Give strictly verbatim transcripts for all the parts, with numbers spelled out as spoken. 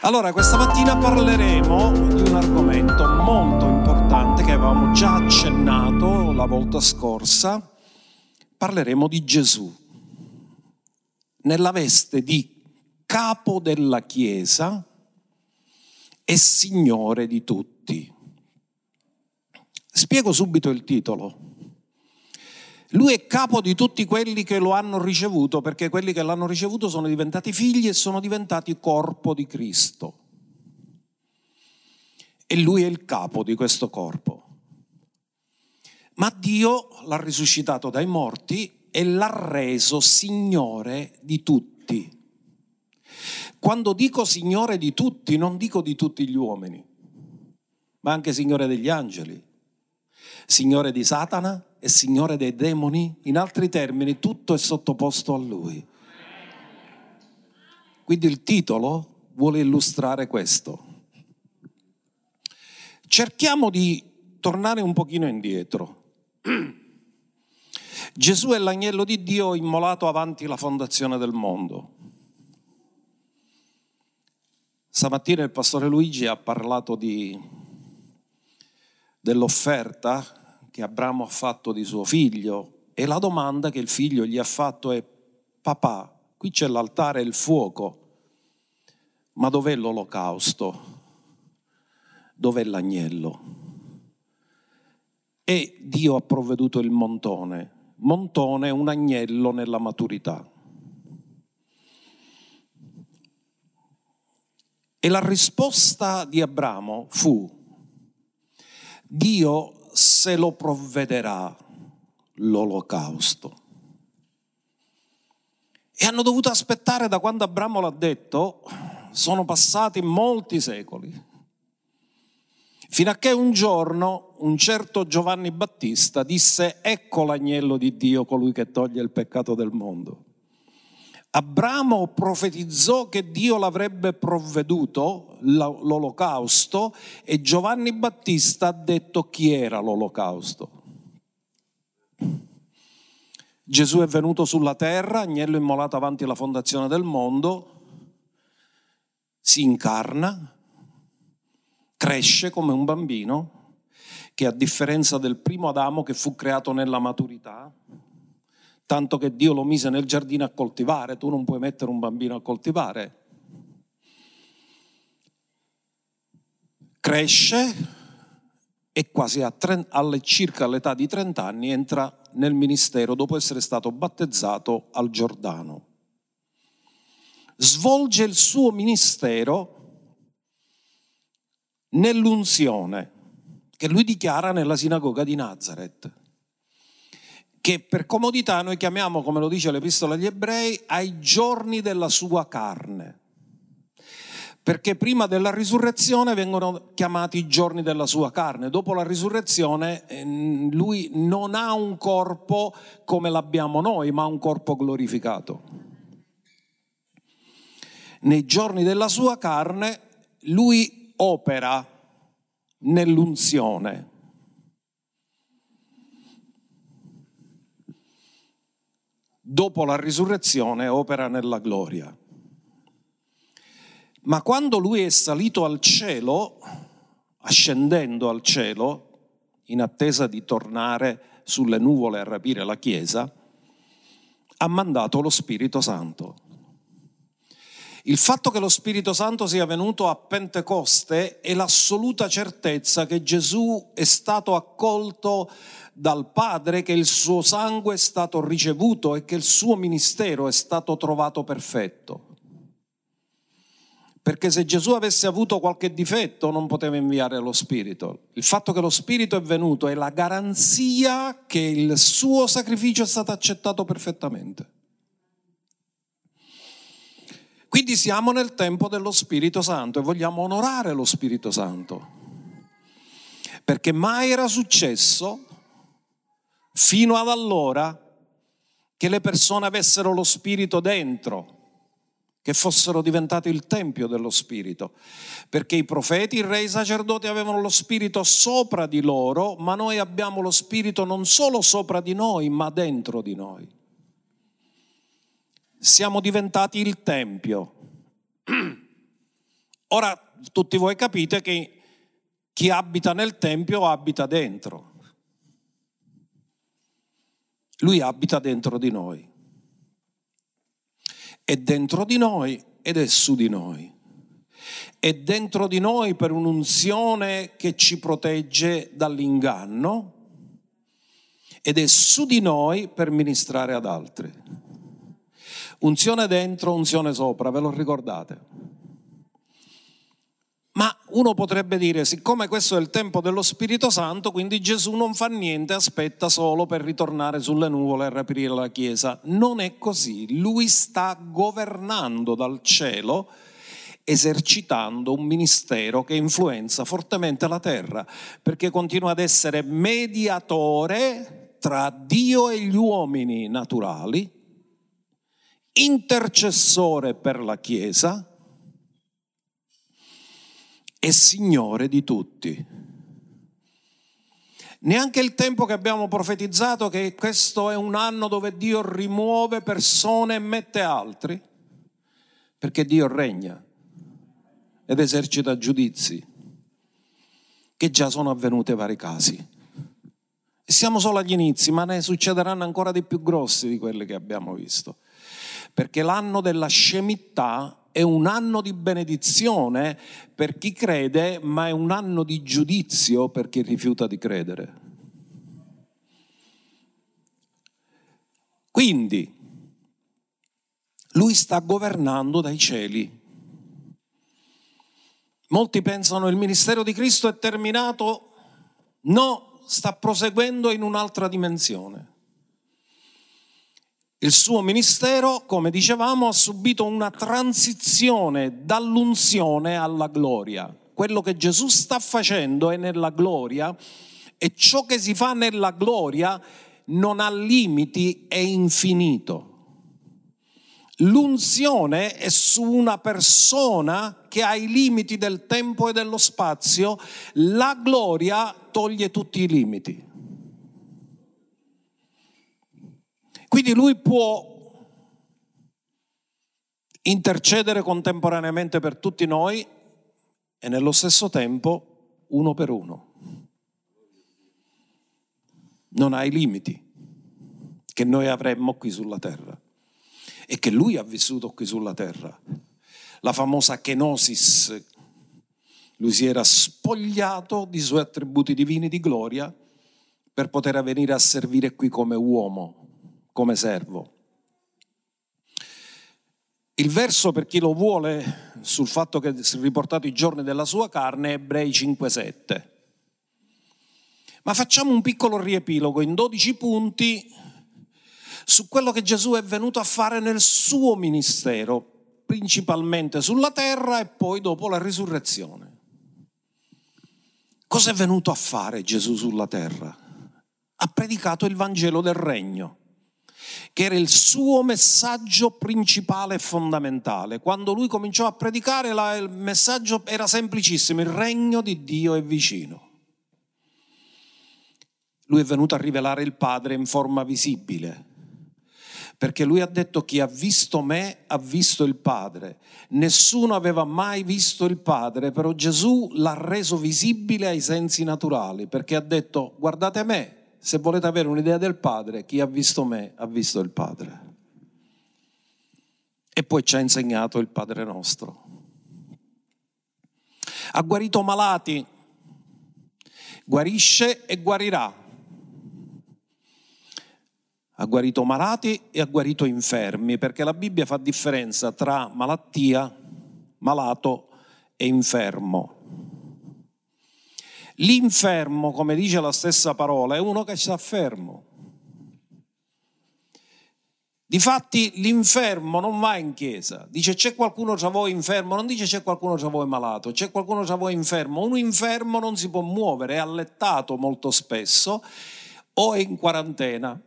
Allora, questa mattina parleremo di un argomento molto importante che avevamo già accennato la volta scorsa. Parleremo di Gesù, nella veste di capo della Chiesa e Signore di tutti. Spiego subito il titolo. Lui è capo di tutti quelli che lo hanno ricevuto, perché quelli che l'hanno ricevuto sono diventati figli e sono diventati corpo di Cristo. E lui è il capo di questo corpo. Ma Dio l'ha risuscitato dai morti e l'ha reso Signore di tutti. Quando dico Signore di tutti, non dico di tutti gli uomini, ma anche Signore degli angeli, Signore di Satana e Signore dei demoni. In altri termini, tutto è sottoposto a Lui. Quindi il titolo vuole illustrare questo. Cerchiamo di tornare un pochino indietro. Gesù è l'agnello di Dio immolato avanti la fondazione del mondo. Stamattina il pastore Luigi ha parlato di, dell'offerta che Abramo ha fatto di suo figlio, e la domanda che il figlio gli ha fatto è: papà, qui c'è l'altare e il fuoco, ma dov'è l'olocausto? Dov'è l'agnello? E Dio ha provveduto il montone. Montone è un agnello nella maturità. E la risposta di Abramo fu: Dio se lo provvederà l'olocausto. E hanno dovuto aspettare, da quando Abramo l'ha detto, sono passati molti secoli, fino a che un giorno un certo Giovanni Battista disse: ecco l'agnello di Dio, colui che toglie il peccato del mondo. Abramo profetizzò che Dio l'avrebbe provveduto l'olocausto, e Giovanni Battista ha detto chi era l'olocausto. Gesù è venuto sulla terra, agnello immolato avanti la fondazione del mondo, si incarna, cresce come un bambino, che a differenza del primo Adamo che fu creato nella maturità, tanto che Dio lo mise nel giardino a coltivare. Tu non puoi mettere un bambino a coltivare. Cresce e quasi a trenta, alle circa all'età di trenta anni entra nel ministero dopo essere stato battezzato al Giordano. Svolge il suo ministero nell'unzione che lui dichiara nella sinagoga di Nazareth, che per comodità noi chiamiamo, come lo dice l'Epistola agli Ebrei, ai giorni della sua carne, perché prima della risurrezione vengono chiamati i giorni della sua carne. Dopo la risurrezione lui non ha un corpo come l'abbiamo noi, ma un corpo glorificato. Nei giorni della sua carne lui opera nell'unzione. Dopo la risurrezione opera nella gloria. Ma quando lui è salito al cielo, ascendendo al cielo, in attesa di tornare sulle nuvole a rapire la Chiesa, ha mandato lo Spirito Santo. Il fatto che lo Spirito Santo sia venuto a Pentecoste è l'assoluta certezza che Gesù è stato accolto dal Padre, che il suo sangue è stato ricevuto e che il suo ministero è stato trovato perfetto. Perché se Gesù avesse avuto qualche difetto non poteva inviare lo Spirito. Il fatto che lo Spirito è venuto è la garanzia che il suo sacrificio è stato accettato perfettamente. Quindi siamo nel tempo dello Spirito Santo e vogliamo onorare lo Spirito Santo, perché mai era successo fino ad allora che le persone avessero lo Spirito dentro, che fossero diventati il tempio dello Spirito, perché i profeti, i re, i sacerdoti avevano lo Spirito sopra di loro, ma noi abbiamo lo Spirito non solo sopra di noi, ma dentro di noi. Siamo diventati il tempio. Ora tutti voi capite che chi abita nel Tempio abita dentro. Lui abita dentro di noi. È dentro di noi ed è su di noi. È dentro di noi per un'unzione che ci protegge dall'inganno ed è su di noi per ministrare ad altri. Unzione dentro, unzione sopra, ve lo ricordate? Ma uno potrebbe dire, siccome questo è il tempo dello Spirito Santo, quindi Gesù non fa niente, aspetta solo per ritornare sulle nuvole e riaprire la Chiesa. Non è così. Lui sta governando dal cielo, esercitando un ministero che influenza fortemente la terra, perché continua ad essere mediatore tra Dio e gli uomini naturali, intercessore per la Chiesa, è Signore di tutti. Neanche il tempo che abbiamo profetizzato che questo è un anno dove Dio rimuove persone e mette altri, perché Dio regna ed esercita giudizi, che già sono avvenuti vari casi. E siamo solo agli inizi, ma ne succederanno ancora di più grossi di quelli che abbiamo visto. Perché l'anno della scemità è un anno di benedizione per chi crede, ma è un anno di giudizio per chi rifiuta di credere. Quindi, lui sta governando dai cieli. Molti pensano che il ministero di Cristo è terminato. No, sta proseguendo in un'altra dimensione. Il suo ministero, come dicevamo, ha subito una transizione dall'unzione alla gloria. Quello che Gesù sta facendo è nella gloria e ciò che si fa nella gloria non ha limiti, è infinito. L'unzione è su una persona che ha i limiti del tempo e dello spazio, la gloria toglie tutti i limiti. Quindi lui può intercedere contemporaneamente per tutti noi e nello stesso tempo uno per uno. Non ha i limiti che noi avremmo qui sulla terra e che lui ha vissuto qui sulla terra. La famosa kenosis, lui si era spogliato di suoi attributi divini di gloria per poter venire a servire qui come uomo, come servo. Il verso, per chi lo vuole, sul fatto che si è riportato i giorni della sua carne, è Ebrei cinque sette. Ma facciamo un piccolo riepilogo in dodici punti su quello che Gesù è venuto a fare nel suo ministero, principalmente sulla terra e poi dopo la risurrezione. Cosa è venuto a fare Gesù sulla terra? Ha predicato il Vangelo del Regno, che era il suo messaggio principale e fondamentale. Quando lui cominciò a predicare, la, il messaggio era semplicissimo: il regno di Dio è vicino. Lui è venuto a rivelare il Padre in forma visibile, perché lui ha detto: chi ha visto me ha visto il Padre. Nessuno aveva mai visto il Padre, però Gesù l'ha reso visibile ai sensi naturali, perché ha detto: guardate me. Se volete avere un'idea del Padre, chi ha visto me ha visto il Padre. E poi ci ha insegnato il Padre nostro. Ha guarito malati, guarisce e guarirà. Ha guarito malati e ha guarito infermi, perché la Bibbia fa differenza tra malattia, malato e infermo. L'infermo, come dice la stessa parola, è uno che sta fermo. Difatti l'infermo non va in chiesa, dice c'è qualcuno tra voi infermo, non dice c'è qualcuno tra voi malato, c'è qualcuno tra voi infermo. Un infermo non si può muovere, è allettato molto spesso o è in quarantena.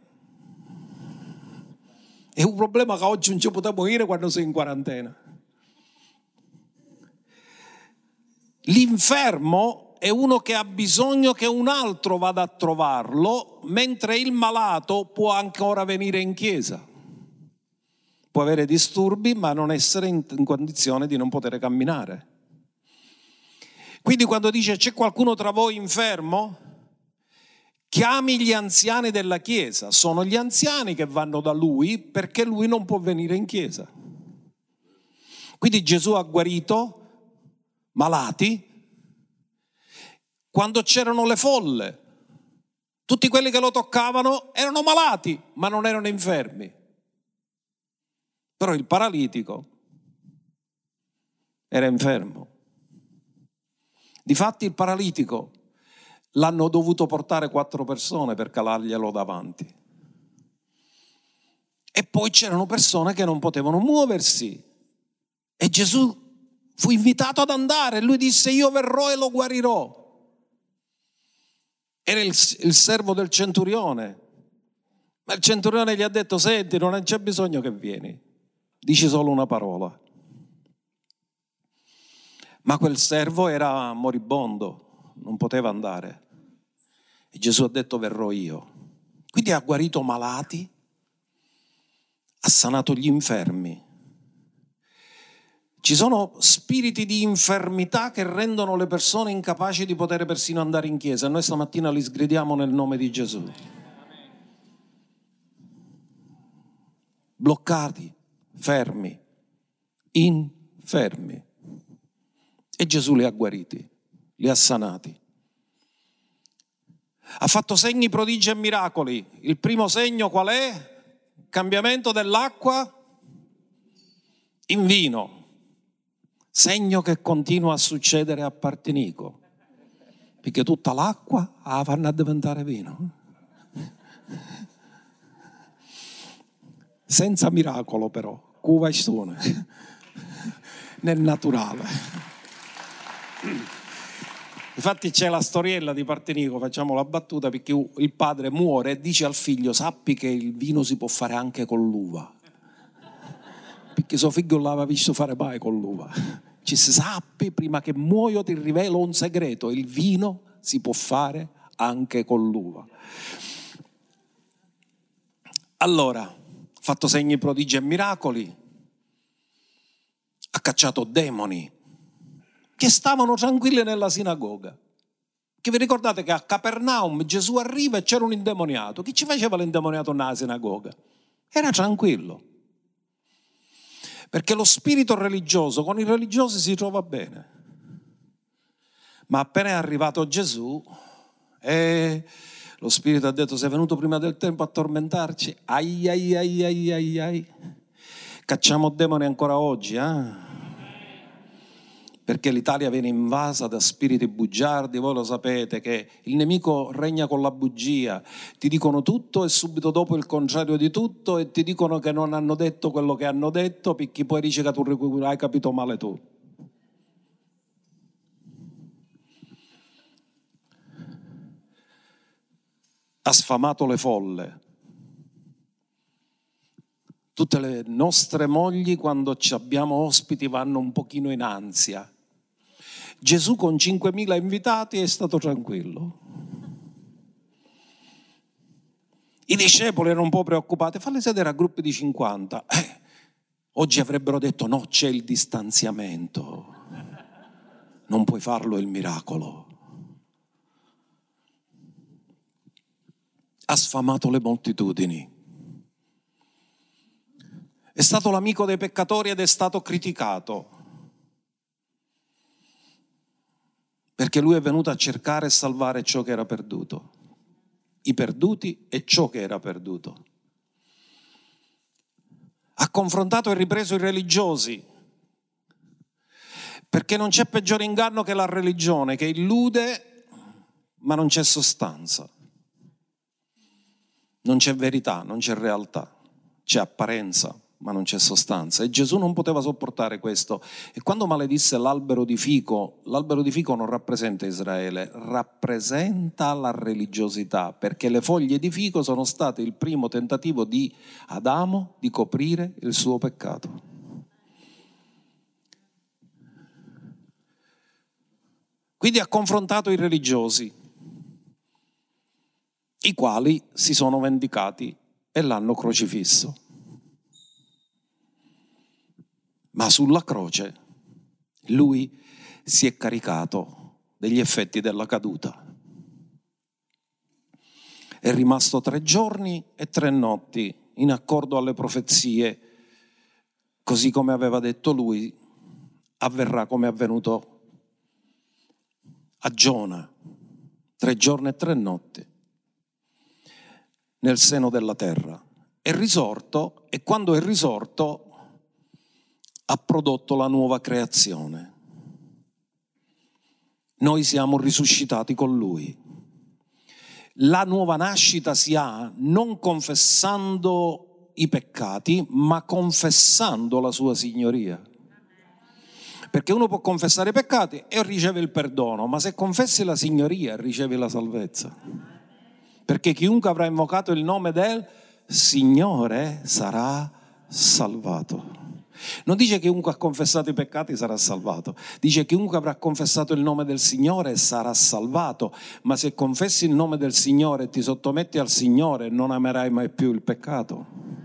È un problema che oggi non ci potete morire quando sei in quarantena. L'infermo è uno che ha bisogno che un altro vada a trovarlo, mentre il malato può ancora venire in chiesa. Può avere disturbi, ma non essere in condizione di non poter camminare. Quindi quando dice c'è qualcuno tra voi infermo, chiami gli anziani della chiesa. Sono gli anziani che vanno da lui perché lui non può venire in chiesa. Quindi Gesù ha guarito malati quando c'erano le folle. Tutti quelli che lo toccavano erano malati, ma non erano infermi. Però il paralitico era infermo. Difatti il paralitico l'hanno dovuto portare quattro persone per calarglielo davanti. E poi c'erano persone che non potevano muoversi. E Gesù fu invitato ad andare. Lui disse: io verrò e lo guarirò. Era il, il servo del centurione. Ma il centurione gli ha detto: senti, non c'è bisogno che vieni. Dici solo una parola. Ma quel servo era moribondo, non poteva andare. E Gesù ha detto: verrò io. Quindi ha guarito malati, ha sanato gli infermi. Ci sono spiriti di infermità che rendono le persone incapaci di poter persino andare in chiesa. E noi stamattina li sgridiamo nel nome di Gesù. Bloccati, fermi, infermi. E Gesù li ha guariti, li ha sanati. Ha fatto segni, prodigi e miracoli. Il primo segno qual è? Cambiamento dell'acqua in vino. Segno che continua a succedere a Partinico, perché tutta l'acqua la fanno a diventare vino. Senza miracolo però, cuva stone, nel naturale. Infatti c'è la storiella di Partinico, facciamo la battuta, perché il padre muore e dice al figlio: sappi che il vino si può fare anche con l'uva. Perché suo figlio non l'aveva visto fare mai con l'uva. Ci si sappi, prima che muoio ti rivelo un segreto: il vino si può fare anche con l'uva. Allora, ha fatto segni, prodigi e miracoli, ha cacciato demoni che stavano tranquilli nella sinagoga. Che vi ricordate che a Capernaum Gesù arriva e c'era un indemoniato. Chi ci faceva l'indemoniato nella sinagoga? Era tranquillo. Perché lo spirito religioso con i religiosi si trova bene. Ma appena è arrivato Gesù, e lo spirito ha detto: sei venuto prima del tempo a tormentarci? Ai ai ai ai ai ai. Cacciamo demoni ancora oggi, eh? Perché l'Italia viene invasa da spiriti bugiardi. Voi lo sapete che il nemico regna con la bugia. Ti dicono tutto e subito dopo il contrario di tutto, e ti dicono che non hanno detto quello che hanno detto, perché poi dice che tu hai capito male tu. Ha sfamato le folle. Tutte le nostre mogli, quando abbiamo ospiti, vanno un pochino in ansia. Gesù con cinquemila invitati è stato tranquillo. I discepoli erano un po' preoccupati: falli sedere a gruppi di cinquanta. Eh, oggi avrebbero detto: no, c'è il distanziamento, non puoi farlo il miracolo. Ha sfamato le moltitudini. È stato l'amico dei peccatori ed è stato criticato, perché lui è venuto a cercare e salvare ciò che era perduto, i perduti e ciò che era perduto. Ha confrontato e ripreso i religiosi, perché non c'è peggiore inganno che la religione, che illude ma non c'è sostanza, non c'è verità, non c'è realtà, c'è apparenza ma non c'è sostanza. E Gesù non poteva sopportare questo. E quando maledisse l'albero di fico, l'albero di fico non rappresenta Israele, rappresenta la religiosità, perché le foglie di fico sono state il primo tentativo di Adamo di coprire il suo peccato. Quindi ha confrontato i religiosi, i quali si sono vendicati e l'hanno crocifisso. Ma sulla croce lui si è caricato degli effetti della caduta. È rimasto tre giorni e tre notti in accordo alle profezie, così come aveva detto lui, avverrà come è avvenuto a Giona, tre giorni e tre notti nel seno della terra. È risorto e quando è risorto ha prodotto la nuova creazione. Noi siamo risuscitati con lui. La nuova nascita si ha non confessando i peccati, ma confessando la sua signoria. Perché uno può confessare i peccati e riceve il perdono, ma se confessi la signoria ricevi la salvezza. Perché chiunque avrà invocato il nome del Signore sarà salvato. Non dice chiunque ha confessato i peccati sarà salvato, dice chiunque avrà confessato il nome del Signore sarà salvato, ma se confessi il nome del Signore e ti sottometti al Signore non amerai mai più il peccato.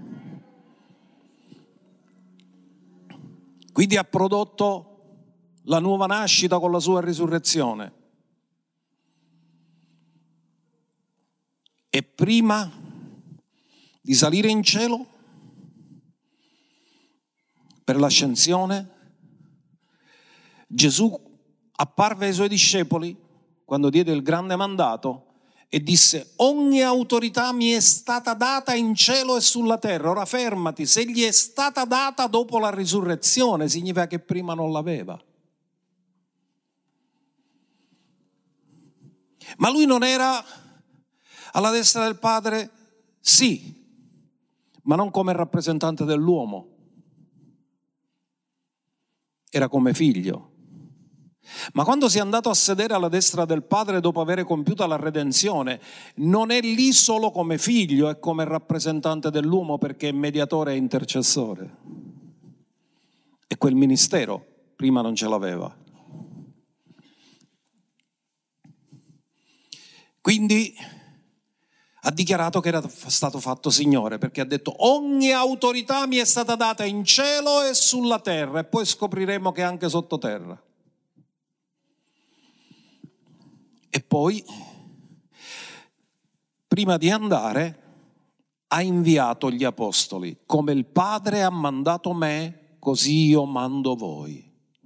Quindi ha prodotto la nuova nascita con la sua risurrezione. E prima di salire in cielo per l'ascensione, Gesù apparve ai suoi discepoli quando diede il grande mandato e disse: ogni autorità mi è stata data in cielo e sulla terra. Ora fermati, se gli è stata data dopo la risurrezione significa che prima non l'aveva. Ma lui non era alla destra del Padre? Sì, ma non come rappresentante dell'uomo. Era come figlio. Ma quando si è andato a sedere alla destra del Padre dopo aver compiuta la redenzione, non è lì solo come figlio, è come rappresentante dell'uomo, perché è mediatore e intercessore. E quel ministero prima non ce l'aveva. Quindi ha dichiarato che era stato fatto Signore, perché ha detto: ogni autorità mi è stata data in cielo e sulla terra, e poi scopriremo che anche sottoterra. E poi, prima di andare, ha inviato gli apostoli. Come il Padre ha mandato me, così io mando voi.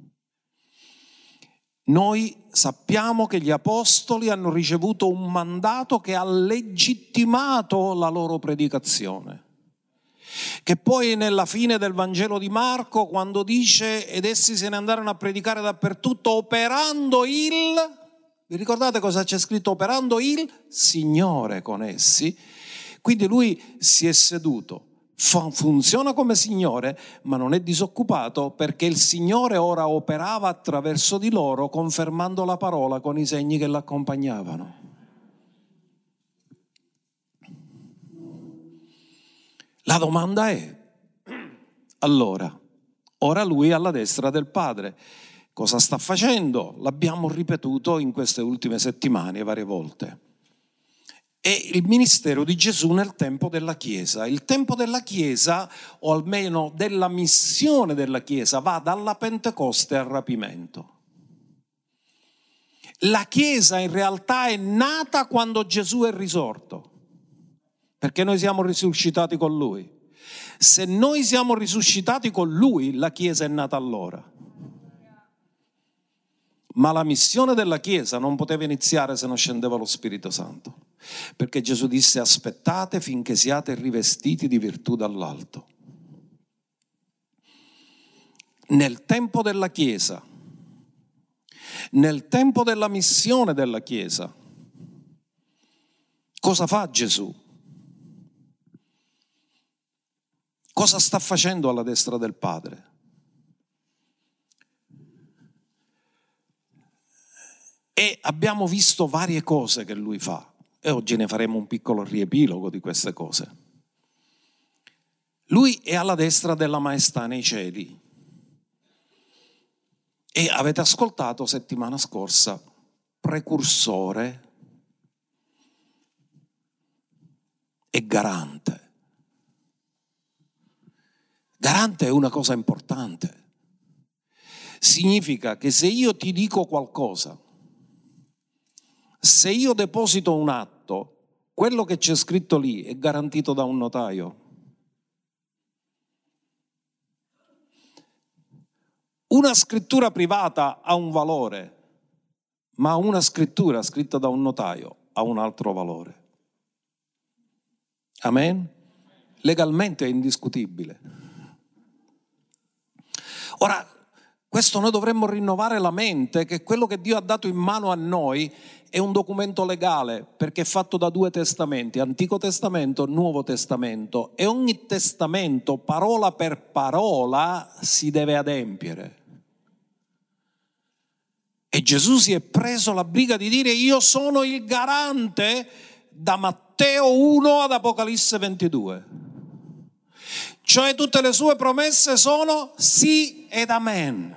Noi sappiamo che gli apostoli hanno ricevuto un mandato che ha legittimato la loro predicazione. Che poi nella fine del Vangelo di Marco, quando dice: ed essi se ne andarono a predicare dappertutto operando il... Vi ricordate cosa c'è scritto? Operando il Signore con essi. Quindi lui si è seduto. Funziona come Signore, ma non è disoccupato, perché il Signore ora operava attraverso di loro, confermando la parola con i segni che l'accompagnavano. La domanda è: allora, ora lui è alla destra del Padre, cosa sta facendo? L'abbiamo ripetuto in queste ultime settimane varie volte. È il ministero di Gesù nel tempo della Chiesa. Il tempo della Chiesa, o almeno della missione della Chiesa, va dalla Pentecoste al rapimento. La Chiesa in realtà è nata quando Gesù è risorto, perché noi siamo risuscitati con Lui. Se noi siamo risuscitati con Lui, la Chiesa è nata allora. Ma la missione della Chiesa non poteva iniziare se non scendeva lo Spirito Santo, perché Gesù disse: aspettate finché siate rivestiti di virtù dall'alto. Nel tempo della Chiesa, nel tempo della missione della Chiesa, cosa fa Gesù? Cosa sta facendo alla destra del Padre? E abbiamo visto varie cose che lui fa, e oggi ne faremo un piccolo riepilogo di queste cose. Lui è alla destra della Maestà nei cieli. E avete ascoltato settimana scorsa, precursore e garante. Garante è una cosa importante. Significa che se io ti dico qualcosa Se io deposito un atto, quello che c'è scritto lì è garantito da un notaio. Una scrittura privata ha un valore, ma una scrittura scritta da un notaio ha un altro valore. Amen? Legalmente è indiscutibile. Ora, questo noi dovremmo rinnovare la mente che quello che Dio ha dato in mano a noi è un documento legale, perché è fatto da due testamenti, Antico Testamento e Nuovo Testamento, e ogni testamento, parola per parola, si deve adempiere. E Gesù si è preso la briga di dire: io sono il garante, da Matteo uno ad Apocalisse ventidue. Cioè tutte le sue promesse sono sì ed amen.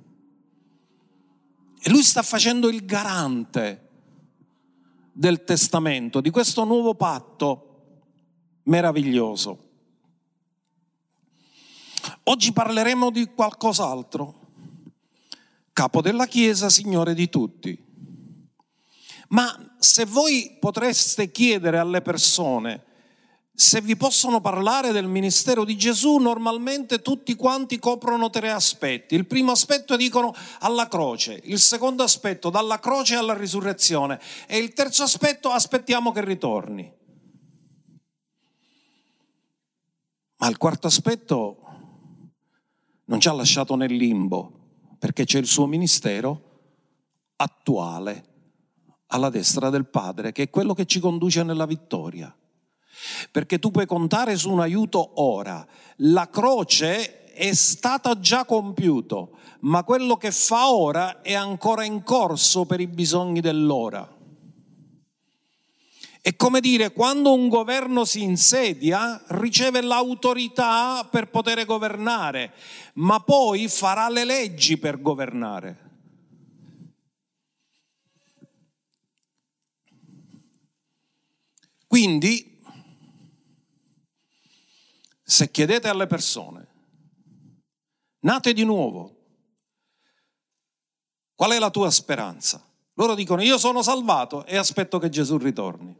E lui sta facendo il garante del testamento, di questo nuovo patto meraviglioso. Oggi parleremo di qualcos'altro. Capo della Chiesa, Signore di tutti. Ma se voi potreste chiedere alle persone se vi possono parlare del ministero di Gesù, normalmente tutti quanti coprono tre aspetti. Il primo aspetto dicono alla croce, il secondo aspetto dalla croce alla risurrezione e il terzo aspetto aspettiamo che ritorni. Ma il quarto aspetto non ci ha lasciato nel limbo, perché c'è il suo ministero attuale alla destra del Padre, che è quello che ci conduce nella vittoria. Perché tu puoi contare su un aiuto ora. La croce è stata già compiuto, ma quello che fa ora è ancora in corso per i bisogni dell'ora. È come dire, quando un governo si insedia, riceve l'autorità per poter governare, ma poi farà le leggi per governare. Quindi, se chiedete alle persone, nate di nuovo, qual è la tua speranza? Loro dicono: io sono salvato e aspetto che Gesù ritorni.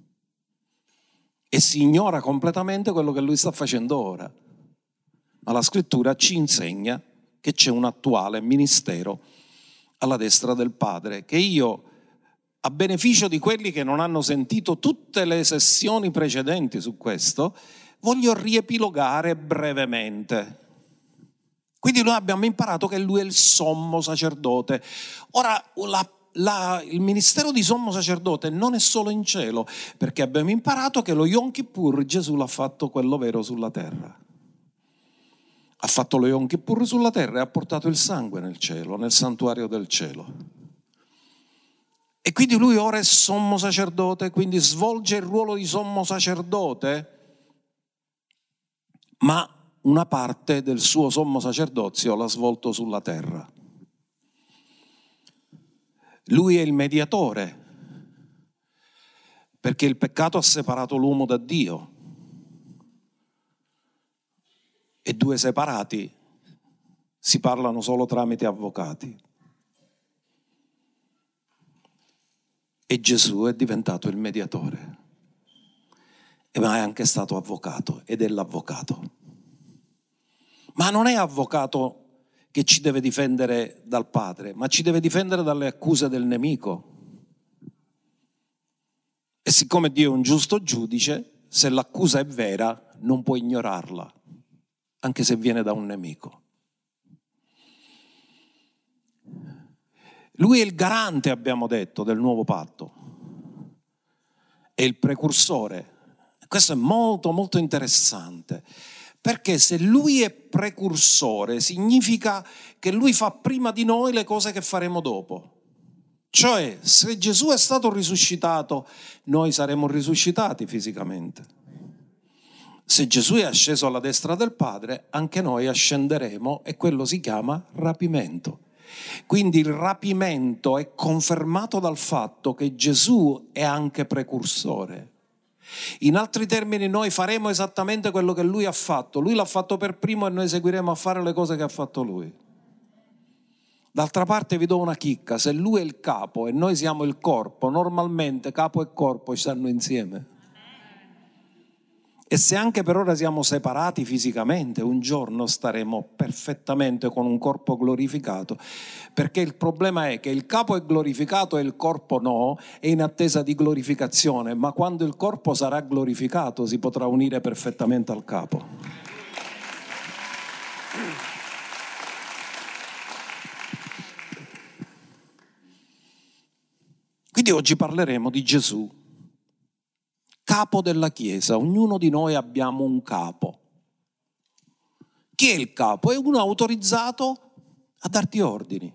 E si ignora completamente quello che lui sta facendo ora. Ma la scrittura ci insegna che c'è un attuale ministero alla destra del Padre, che io, a beneficio di quelli che non hanno sentito tutte le sessioni precedenti su questo, voglio riepilogare brevemente. Quindi noi abbiamo imparato che lui è il sommo sacerdote. Ora, la, la, il ministero di sommo sacerdote non è solo in cielo, perché abbiamo imparato che lo Yom Kippur Gesù l'ha fatto quello vero sulla terra. Ha fatto lo Yom Kippur sulla terra e ha portato il sangue nel cielo, nel santuario del cielo. E quindi lui ora è sommo sacerdote, quindi svolge il ruolo di sommo sacerdote, ma una parte del suo sommo sacerdozio l'ha svolto sulla terra. Lui è il mediatore, perché il peccato ha separato l'uomo da Dio. E due separati si parlano solo tramite avvocati. E Gesù è diventato il mediatore, ma è anche stato avvocato ed è l'avvocato. Ma non è avvocato che ci deve difendere dal Padre, ma ci deve difendere dalle accuse del nemico. E siccome Dio è un giusto giudice, se l'accusa è vera, non può ignorarla, anche se viene da un nemico. Lui è il garante, abbiamo detto, del nuovo patto. È il precursore. Questo è molto, molto interessante. Perché se lui è precursore, significa che lui fa prima di noi le cose che faremo dopo. Cioè, se Gesù è stato risuscitato, noi saremo risuscitati fisicamente. Se Gesù è asceso alla destra del Padre, anche noi ascenderemo e quello si chiama rapimento. Quindi il rapimento è confermato dal fatto che Gesù è anche precursore. In altri termini, noi faremo esattamente quello che lui ha fatto. Lui l'ha fatto per primo e noi seguiremo a fare le cose che ha fatto lui. D'altra parte vi do una chicca, se lui è il capo e noi siamo il corpo, normalmente capo e corpo stanno insieme. E se anche per ora siamo separati fisicamente, un giorno staremo perfettamente con un corpo glorificato, perché il problema è che il capo è glorificato e il corpo no, è in attesa di glorificazione, ma quando il corpo sarà glorificato si potrà unire perfettamente al capo. Quindi oggi parleremo di Gesù, capo della Chiesa. Ognuno di noi abbiamo un capo. Chi è il capo? È uno autorizzato a darti ordini.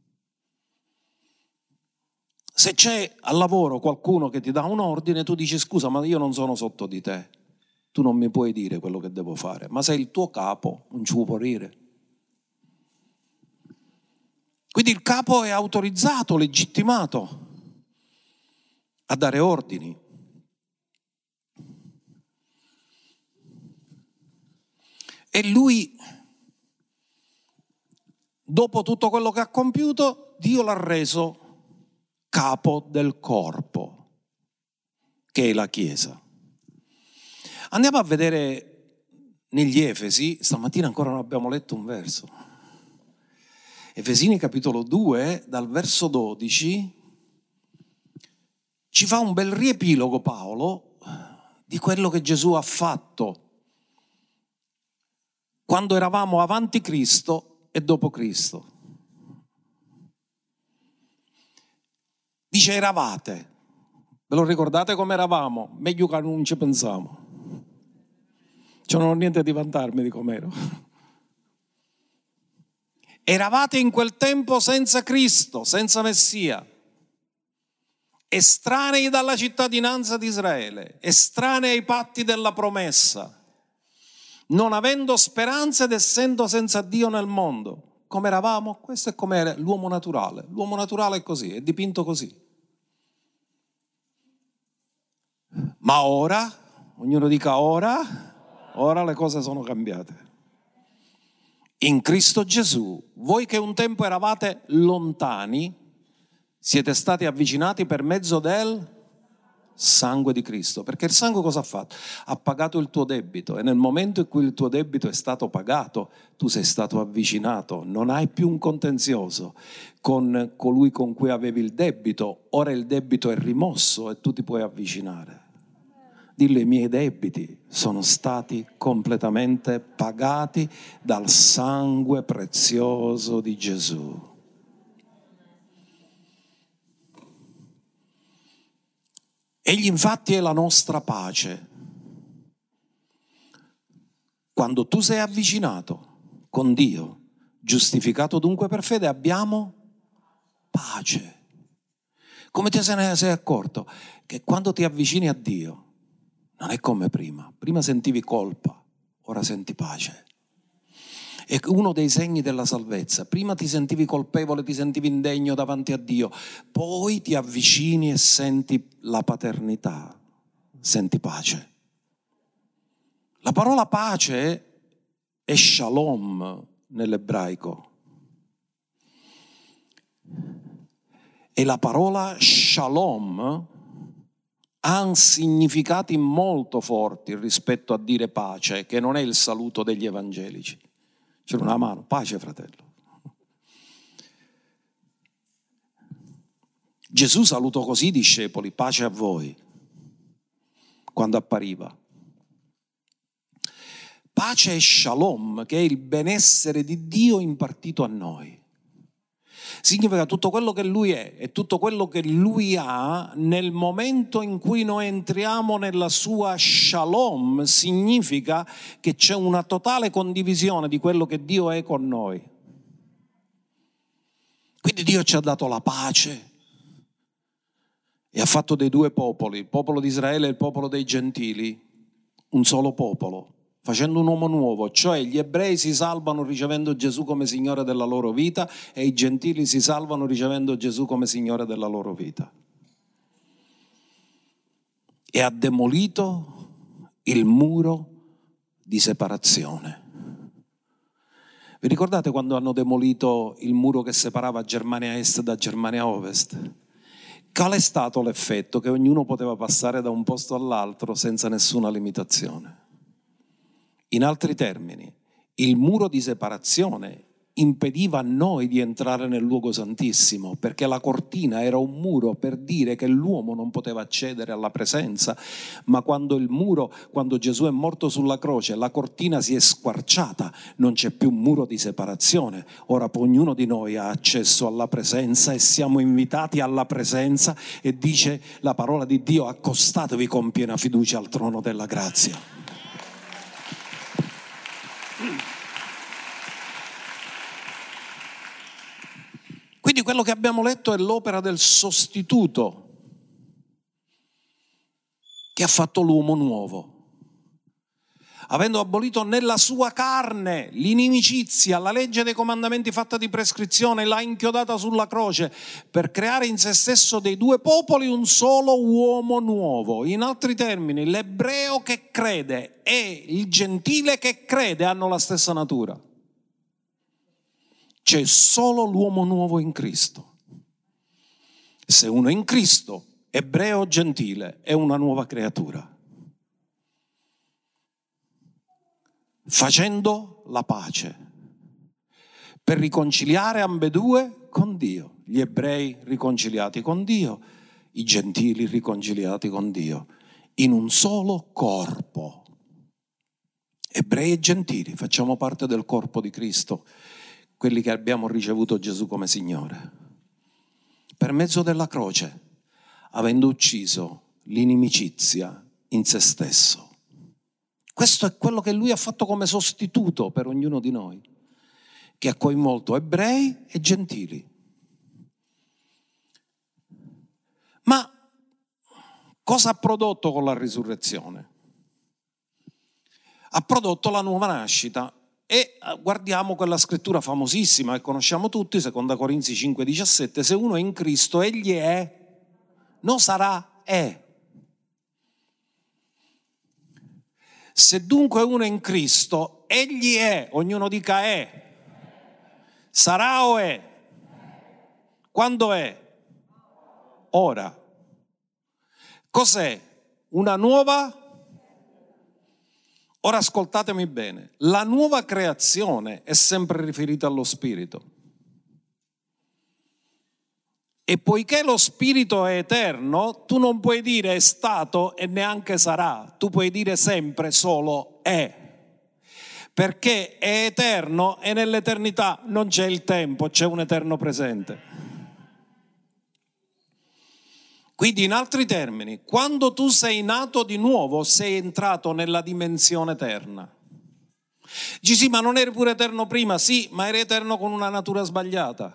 Se c'è al lavoro qualcuno che ti dà un ordine, tu dici: scusa, ma io non sono sotto di te, tu non mi puoi dire quello che devo fare, ma sei il tuo capo, non ci può dire. Quindi il capo è autorizzato, legittimato a dare ordini. E lui, dopo tutto quello che ha compiuto, Dio l'ha reso capo del corpo, che è la Chiesa. Andiamo a vedere negli Efesi, stamattina ancora non abbiamo letto un verso. Efesini capitolo due, dal verso dodici, ci fa un bel riepilogo Paolo di quello che Gesù ha fatto quando eravamo avanti Cristo e dopo Cristo. Dice eravate, ve lo ricordate come eravamo? Meglio che non ci pensiamo. Cioè non ho niente di vantarmi di com'ero. Eravate in quel tempo senza Cristo, senza Messia, estranei dalla cittadinanza di Israele, estranei ai patti della promessa, non avendo speranza ed essendo senza Dio nel mondo. Come eravamo? Questo è come l'uomo naturale. L'uomo naturale è così, è dipinto così. Ma ora, ognuno dica ora, ora le cose sono cambiate. In Cristo Gesù, voi che un tempo eravate lontani, siete stati avvicinati per mezzo del sangue di Cristo. Perché il sangue cosa ha fatto? Ha pagato il tuo debito, e nel momento in cui il tuo debito è stato pagato, tu sei stato avvicinato. Non hai più un contenzioso con colui con cui avevi il debito. Ora il debito è rimosso e tu ti puoi avvicinare. Dillo: i miei debiti sono stati completamente pagati dal sangue prezioso di Gesù. Egli infatti è la nostra pace. Quando tu sei avvicinato con Dio, giustificato dunque per fede, abbiamo pace. Come te se ne sei accorto? Che quando ti avvicini a Dio non è come prima. Prima sentivi colpa, ora senti pace. È uno dei segni della salvezza. Prima ti sentivi colpevole, ti sentivi indegno davanti a Dio, poi ti avvicini e senti la paternità, senti pace. La parola pace è shalom nell'ebraico. E la parola shalom ha significati molto forti rispetto a dire pace, che non è il saluto degli evangelici. C'è una mano, pace fratello. Gesù salutò così i discepoli: pace a voi, quando appariva. Pace e shalom, che è il benessere di Dio impartito a noi. Significa tutto quello che Lui è e tutto quello che Lui ha nel momento in cui noi entriamo nella sua shalom, significa che c'è una totale condivisione di quello che Dio è con noi. Quindi Dio ci ha dato la pace e ha fatto dei due popoli, il popolo di Israele e il popolo dei gentili, un solo popolo, facendo un uomo nuovo, cioè gli ebrei si salvano ricevendo Gesù come Signore della loro vita e i gentili si salvano ricevendo Gesù come Signore della loro vita. E ha demolito il muro di separazione. Vi ricordate quando hanno demolito il muro che separava Germania Est da Germania Ovest? Qual è stato l'effetto? Che ognuno poteva passare da un posto all'altro senza nessuna limitazione. In altri termini, il muro di separazione impediva a noi di entrare nel luogo santissimo, perché la cortina era un muro per dire che l'uomo non poteva accedere alla presenza, ma quando il muro, quando Gesù è morto sulla croce, la cortina si è squarciata, non c'è più muro di separazione. Ora ognuno di noi ha accesso alla presenza e siamo invitati alla presenza, e dice la parola di Dio: accostatevi con piena fiducia al trono della grazia. Quindi quello che abbiamo letto è l'opera del sostituto che ha fatto l'uomo nuovo. Avendo abolito nella sua carne l'inimicizia, la legge dei comandamenti fatta di prescrizione, l'ha inchiodata sulla croce per creare in se stesso dei due popoli un solo uomo nuovo. In altri termini, l'ebreo che crede e il gentile che crede hanno la stessa natura. C'è solo l'uomo nuovo in Cristo. Se uno è in Cristo, ebreo o gentile, è una nuova creatura. Facendo la pace per riconciliare ambedue con Dio. Gli ebrei riconciliati con Dio, i gentili riconciliati con Dio, in un solo corpo. Ebrei e gentili facciamo parte del corpo di Cristo, quelli che abbiamo ricevuto Gesù come Signore. Per mezzo della croce, avendo ucciso l'inimicizia in se stesso. Questo è quello che Lui ha fatto come sostituto per ognuno di noi, che ha coinvolto ebrei e gentili. Ma cosa ha prodotto con la risurrezione? Ha prodotto la nuova nascita. E guardiamo quella scrittura famosissima che conosciamo tutti, seconda Corinzi cinque diciassette: se uno è in Cristo, egli è, non sarà, è. Se dunque uno è in Cristo, egli è, ognuno dica è. Sarà o è? Quando è? Ora. Cos'è? Una nuova? Ora ascoltatemi bene, la nuova creazione è sempre riferita allo Spirito. E poiché lo Spirito è eterno, tu non puoi dire è stato e neanche sarà, tu puoi dire sempre solo è. Perché è eterno e nell'eternità non c'è il tempo, c'è un eterno presente. Quindi in altri termini, quando tu sei nato di nuovo, sei entrato nella dimensione eterna. Dici sì, ma non eri pure eterno prima? Sì, ma eri eterno con una natura sbagliata.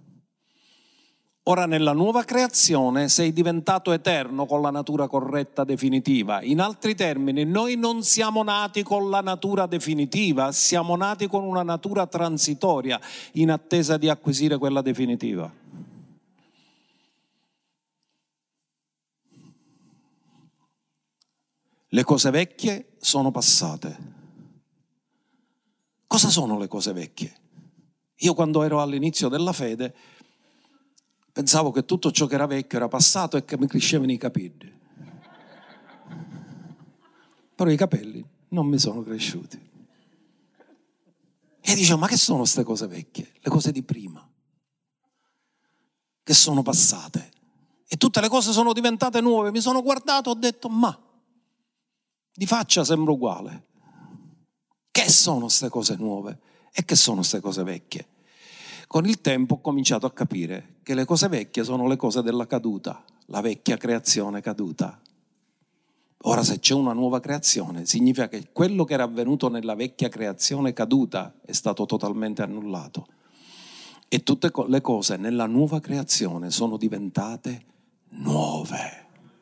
Ora nella nuova creazione sei diventato eterno con la natura corretta, definitiva. In altri termini, noi non siamo nati con la natura definitiva, siamo nati con una natura transitoria in attesa di acquisire quella definitiva. Le cose vecchie sono passate. Cosa sono le cose vecchie? Io quando ero all'inizio della fede pensavo che tutto ciò che era vecchio era passato e che mi crescevano i capelli. Però i capelli non mi sono cresciuti. E dicevo, ma che sono queste cose vecchie? Le cose di prima, che sono passate. E tutte le cose sono diventate nuove. Mi sono guardato e ho detto, ma di faccia sembra uguale. Che sono queste cose nuove? E che sono queste cose vecchie? Con il tempo ho cominciato a capire che le cose vecchie sono le cose della caduta, la vecchia creazione caduta. Ora se c'è una nuova creazione, significa che quello che era avvenuto nella vecchia creazione caduta è stato totalmente annullato. E tutte le cose nella nuova creazione sono diventate nuove.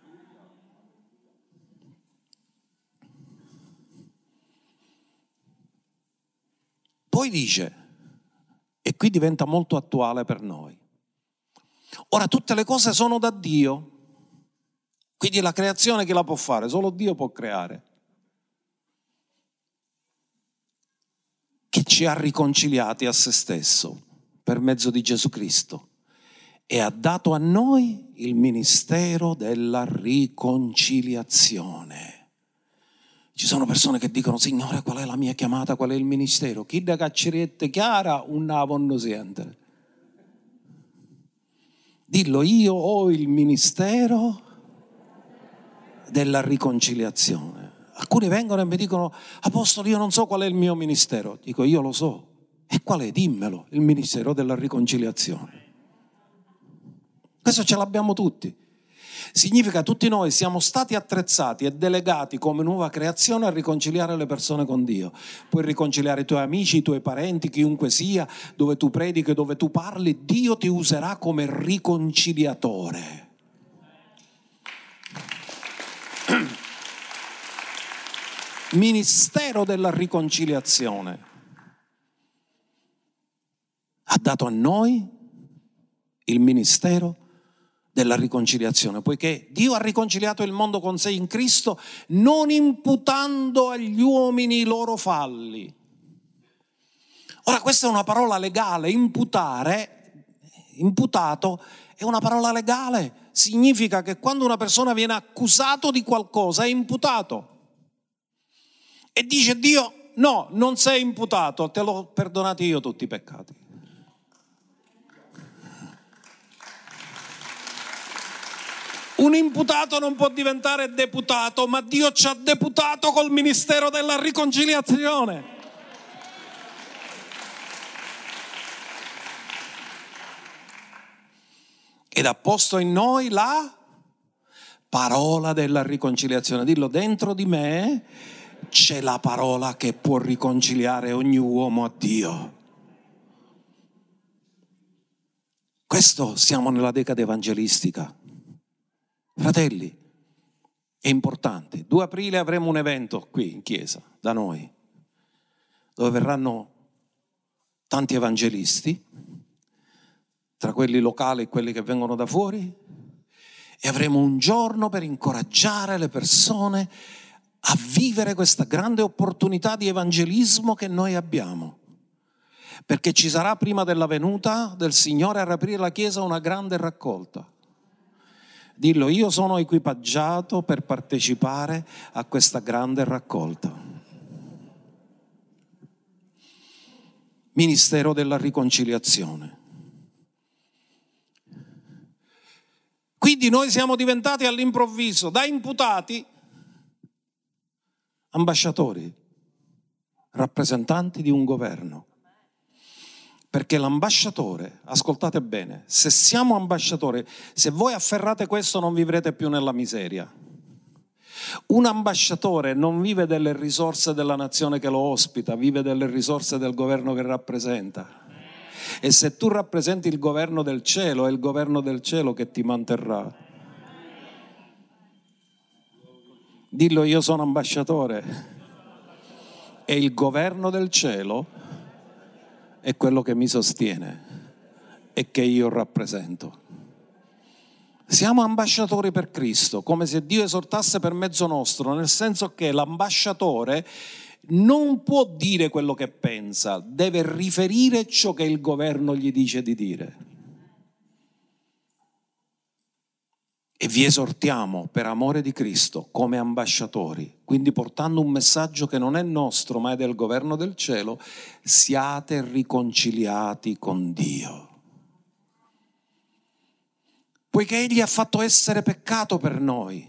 Poi dice, e qui diventa molto attuale per noi, ora tutte le cose sono da Dio, quindi la creazione chi la può fare? Solo Dio può creare. Che ci ha riconciliati a se stesso per mezzo di Gesù Cristo e ha dato a noi il ministero della riconciliazione. Ci sono persone che dicono: Signore, qual è la mia chiamata, qual è il ministero? Chi da caccerette chiara un navon siente. Dillo: io ho il ministero della riconciliazione. Alcuni vengono e mi dicono: Apostolo, io non so qual è il mio ministero. Dico: io lo so. E qual è? Dimmelo. Il ministero della riconciliazione. Questo ce l'abbiamo tutti. Significa che tutti noi siamo stati attrezzati e delegati come nuova creazione a riconciliare le persone con Dio. Puoi riconciliare i tuoi amici, i tuoi parenti, chiunque sia, dove tu predichi, dove tu parli, Dio ti userà come riconciliatore. Ministero della riconciliazione. Ha dato a noi il ministero della riconciliazione, poiché Dio ha riconciliato il mondo con sé in Cristo, non imputando agli uomini i loro falli. Ora, questa è una parola legale. Imputare, imputato, è una parola legale. Significa che quando una persona viene accusato di qualcosa è imputato. E dice Dio: no, non sei imputato, te l'ho perdonati io tutti i peccati. Un imputato non può diventare deputato, ma Dio ci ha deputato col ministero della riconciliazione. Ed ha posto in noi la parola della riconciliazione. Dillo: dentro di me c'è la parola che può riconciliare ogni uomo a Dio. Questo, siamo nella decade evangelistica. Fratelli, è importante. due aprile avremo un evento qui in chiesa, da noi, dove verranno tanti evangelisti, tra quelli locali e quelli che vengono da fuori, e avremo un giorno per incoraggiare le persone a vivere questa grande opportunità di evangelismo che noi abbiamo. Perché ci sarà, prima della venuta del Signore a riaprire la chiesa, una grande raccolta. Dillo: io sono equipaggiato per partecipare a questa grande raccolta. Ministero della riconciliazione. Quindi noi siamo diventati all'improvviso, da imputati, ambasciatori, rappresentanti di un governo. Perché l'ambasciatore, ascoltate bene, se siamo ambasciatori, se voi afferrate questo non vivrete più nella miseria. Un ambasciatore non vive delle risorse della nazione che lo ospita, vive delle risorse del governo che rappresenta. E se tu rappresenti il governo del cielo, è il governo del cielo che ti manterrà. Dillo: io sono ambasciatore e il governo del cielo è quello che mi sostiene e che io rappresento. Siamo ambasciatori per Cristo, come se Dio esortasse per mezzo nostro, nel senso che l'ambasciatore non può dire quello che pensa, deve riferire ciò che il governo gli dice di dire. E vi esortiamo per amore di Cristo come ambasciatori, quindi portando un messaggio che non è nostro ma è del governo del cielo: siate riconciliati con Dio. Poiché Egli ha fatto essere peccato per noi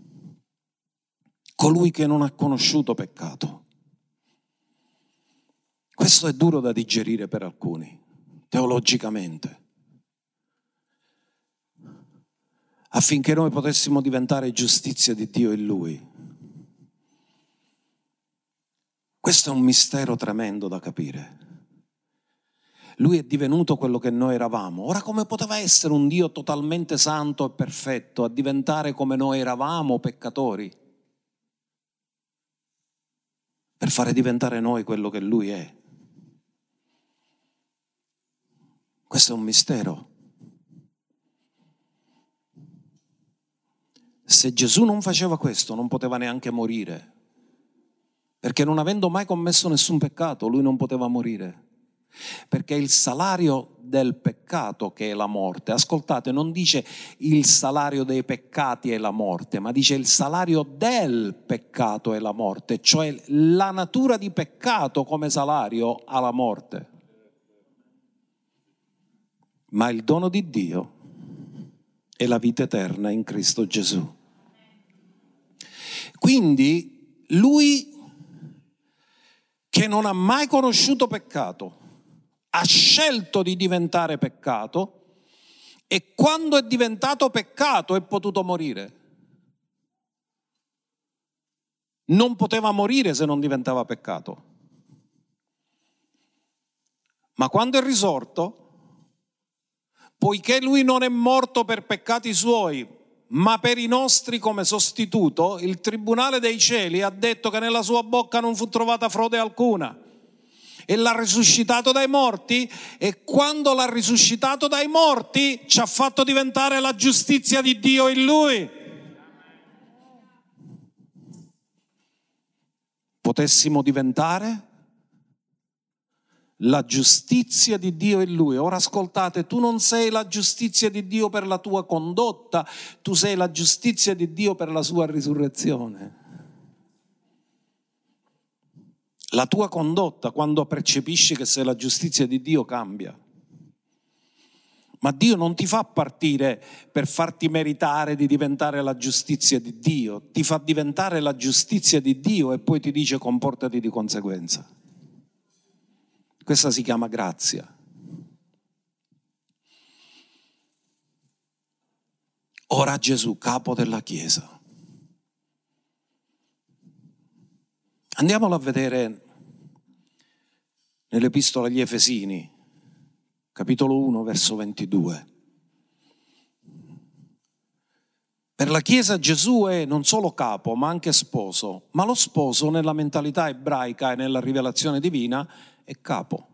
colui che non ha conosciuto peccato. Questo è duro da digerire per alcuni, teologicamente. Affinché noi potessimo diventare giustizia di Dio in Lui. Questo è un mistero tremendo da capire. Lui è divenuto quello che noi eravamo. Ora, come poteva essere un Dio totalmente santo e perfetto a diventare come noi eravamo, peccatori? Per fare diventare noi quello che Lui è. Questo è un mistero. Se Gesù non faceva questo, non poteva neanche morire, perché non avendo mai commesso nessun peccato, lui non poteva morire. Perché il salario del peccato, che è la morte, ascoltate, non dice il salario dei peccati è la morte, ma dice il salario del peccato è la morte, cioè la natura di peccato come salario ha la morte. Ma il dono di Dio è la vita eterna in Cristo Gesù. Quindi lui, che non ha mai conosciuto peccato, ha scelto di diventare peccato, e quando è diventato peccato è potuto morire. Non poteva morire se non diventava peccato. Ma quando è risorto, poiché lui non è morto per peccati suoi, ma per i nostri come sostituto, il tribunale dei cieli ha detto che nella sua bocca non fu trovata frode alcuna. E l'ha risuscitato dai morti, e quando l'ha risuscitato dai morti ci ha fatto diventare la giustizia di Dio in lui. Potessimo diventare la giustizia di Dio in lui. Ora ascoltate, tu non sei la giustizia di Dio per la tua condotta, tu sei la giustizia di Dio per la sua risurrezione. La tua condotta, quando percepisci che sei la giustizia di Dio, cambia. Ma Dio non ti fa partire per farti meritare di diventare la giustizia di Dio, ti fa diventare la giustizia di Dio e poi ti dice comportati di conseguenza. Questa si chiama grazia. Ora Gesù, capo della Chiesa. Andiamolo a vedere nell'Epistola agli Efesini, capitolo uno, verso ventidue. Per la Chiesa Gesù è non solo capo, ma anche sposo, ma lo sposo nella mentalità ebraica e nella rivelazione divina è capo.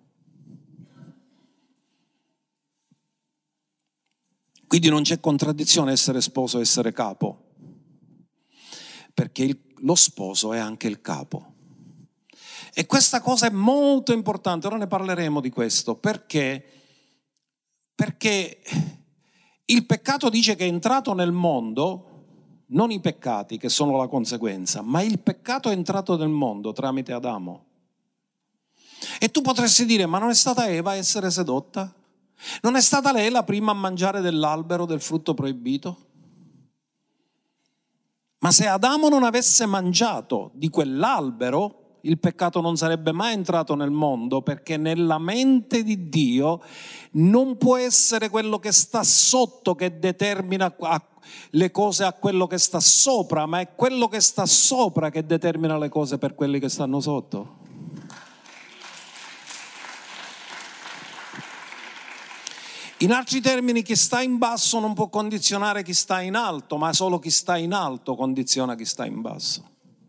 Quindi non c'è contraddizione essere sposo e essere capo, perché il, lo sposo è anche il capo. E questa cosa è molto importante, ora ne parleremo di questo, perché, perché il peccato dice che è entrato nel mondo, non i peccati che sono la conseguenza, ma il peccato è entrato nel mondo tramite Adamo. E tu potresti dire, ma non è stata Eva a essere sedotta? Non è stata lei la prima a mangiare dell'albero del frutto proibito? Ma se Adamo non avesse mangiato di quell'albero, il peccato non sarebbe mai entrato nel mondo, perché nella mente di Dio non può essere quello che sta sotto che determina le cose a quello che sta sopra, ma è quello che sta sopra che determina le cose per quelli che stanno sotto. In altri termini, chi sta in basso non può condizionare chi sta in alto, ma solo chi sta in alto condiziona chi sta in basso.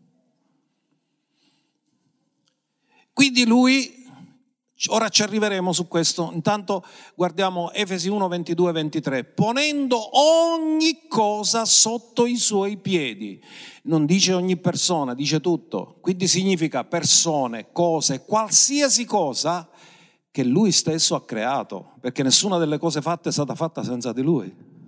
Quindi lui, ora ci arriveremo su questo, intanto guardiamo Efesi uno, ventidue e ventitré, ponendo ogni cosa sotto i suoi piedi. Non dice ogni persona, dice tutto. Quindi significa persone, cose, qualsiasi cosa che lui stesso ha creato, perché nessuna delle cose fatte è stata fatta senza di lui.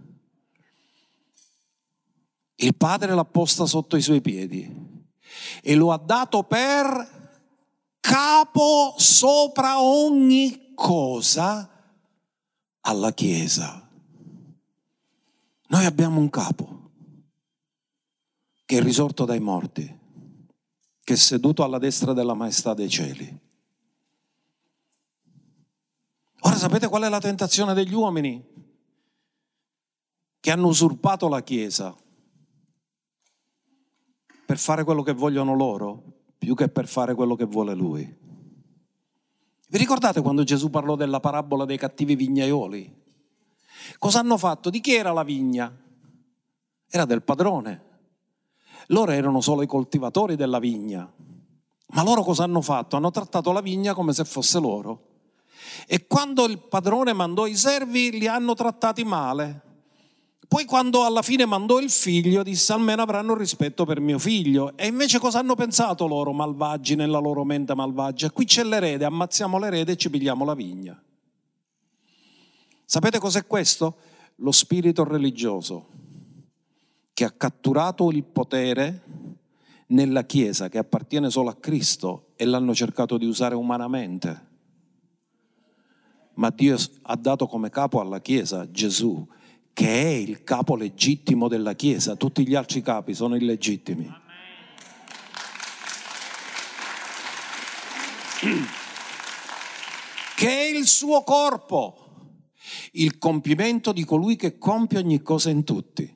Il Padre l'ha posta sotto i suoi piedi e lo ha dato per capo sopra ogni cosa alla Chiesa. Noi abbiamo un capo che è risorto dai morti, che è seduto alla destra della maestà dei cieli. Ora sapete qual è la tentazione degli uomini? Che hanno usurpato la Chiesa per fare quello che vogliono loro, più che per fare quello che vuole Lui. Vi ricordate quando Gesù parlò della parabola dei cattivi vignaioli? Cosa hanno fatto? Di chi era la vigna? Era del padrone. Loro erano solo i coltivatori della vigna. Ma loro cosa hanno fatto? Hanno trattato la vigna come se fosse loro. E quando il padrone mandò i servi, li hanno trattati male. Poi quando alla fine mandò il figlio, disse almeno avranno rispetto per mio figlio. E invece cosa hanno pensato loro malvagi, nella loro mente malvagia? Qui c'è l'erede, ammazziamo l'erede e ci pigliamo la vigna. Sapete cos'è questo? Lo spirito religioso che ha catturato il potere nella Chiesa che appartiene solo a Cristo e l'hanno cercato di usare umanamente. Ma Dio ha dato come capo alla Chiesa Gesù, che è il capo legittimo della Chiesa. Tutti gli altri capi sono illegittimi. Che è il suo corpo, il compimento di colui che compie ogni cosa in tutti.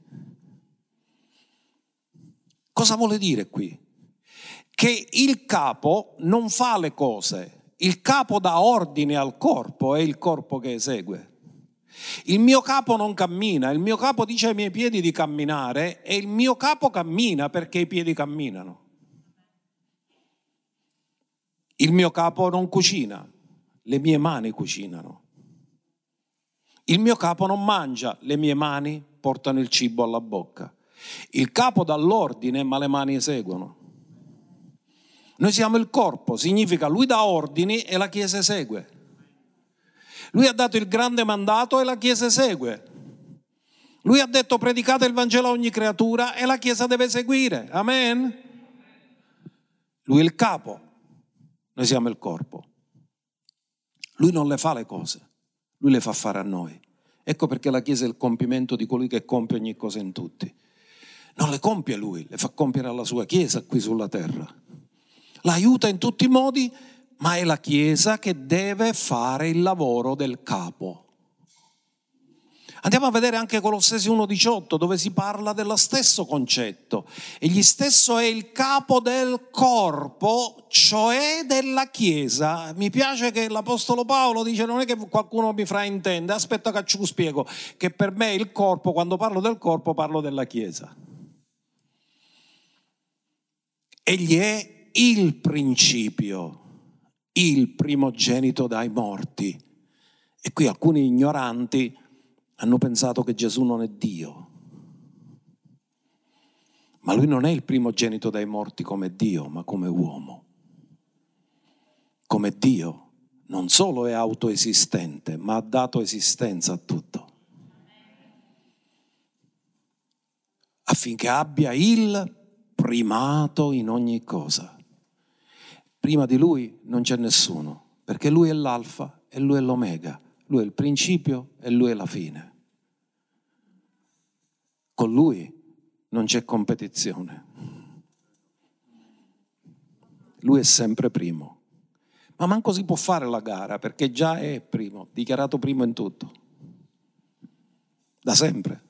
Cosa vuole dire qui? Che il capo non fa le cose, il capo dà ordine al corpo, è il corpo che esegue. Il mio capo non cammina, il mio capo dice ai miei piedi di camminare e il mio capo cammina perché i piedi camminano. Il mio capo non cucina, le mie mani cucinano. Il mio capo non mangia, le mie mani portano il cibo alla bocca. Il capo dà l'ordine, ma le mani eseguono. Noi siamo il corpo, significa lui dà ordini e la Chiesa esegue. Lui ha dato il grande mandato e la Chiesa esegue. Lui ha detto predicate il Vangelo a ogni creatura e la Chiesa deve seguire. Amen? Lui è il capo, noi siamo il corpo. Lui non le fa le cose, lui le fa fare a noi. Ecco perché la Chiesa è il compimento di colui che compie ogni cosa in tutti. Non le compie lui, le fa compiere alla sua Chiesa qui sulla terra. L'aiuta in tutti i modi, ma è la Chiesa che deve fare il lavoro del capo. Andiamo a vedere anche Colossesi uno diciotto, dove si parla dello stesso concetto. Egli stesso è il capo del corpo, cioè della Chiesa. Mi piace che l'Apostolo Paolo dice, non è che qualcuno mi fraintende, aspetta che ci lo spiego, che per me il corpo, quando parlo del corpo, parlo della Chiesa. Egli è il principio, il primogenito dai morti. E qui alcuni ignoranti hanno pensato che Gesù non è Dio. Ma lui non è il primogenito dai morti come Dio, ma come uomo. Come Dio non solo è autoesistente, ma ha dato esistenza a tutto. Affinché abbia il primato in ogni cosa. Prima di lui non c'è nessuno, perché lui è l'alfa e lui è l'omega. Lui è il principio e lui è la fine. Con lui non c'è competizione. Lui è sempre primo. Ma manco si può fare la gara perché già è primo, dichiarato primo in tutto. Da sempre.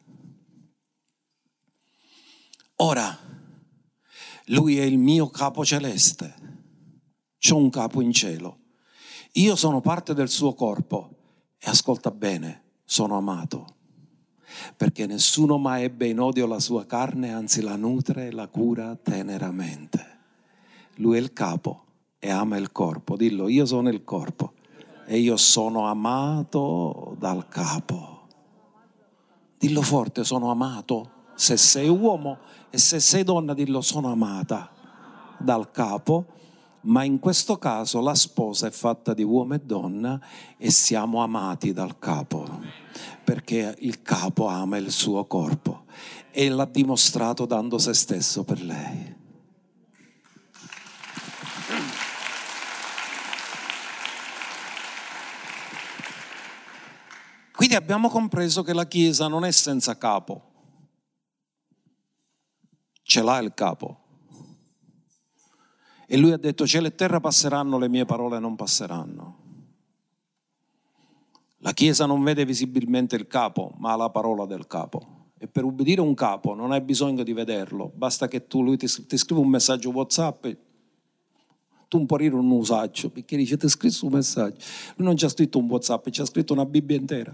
Ora, lui è il mio capo celeste. C'ho un capo in cielo. Io sono parte del suo corpo e ascolta bene, sono amato. Perché nessuno mai ebbe in odio la sua carne, anzi la nutre e la cura teneramente. Lui è il capo e ama il corpo. Dillo, io sono il corpo e io sono amato dal capo. Dillo forte, sono amato. Se sei uomo e se sei donna, dillo, sono amata dal capo. Ma in questo caso la sposa è fatta di uomo e donna e siamo amati dal capo, perché il capo ama il suo corpo e l'ha dimostrato dando se stesso per lei. Quindi abbiamo compreso che la Chiesa non è senza capo, ce l'ha il capo. E lui ha detto, cielo e terra passeranno, le mie parole non passeranno. La Chiesa non vede visibilmente il capo, ma ha la parola del capo. E per ubbidire un capo non hai bisogno di vederlo, basta che tu, lui ti, ti scrive un messaggio WhatsApp, tu un po' rire un usaggio, perché dice ti ha scritto un messaggio. Lui non ci ha scritto un WhatsApp, ci ha scritto una Bibbia intera.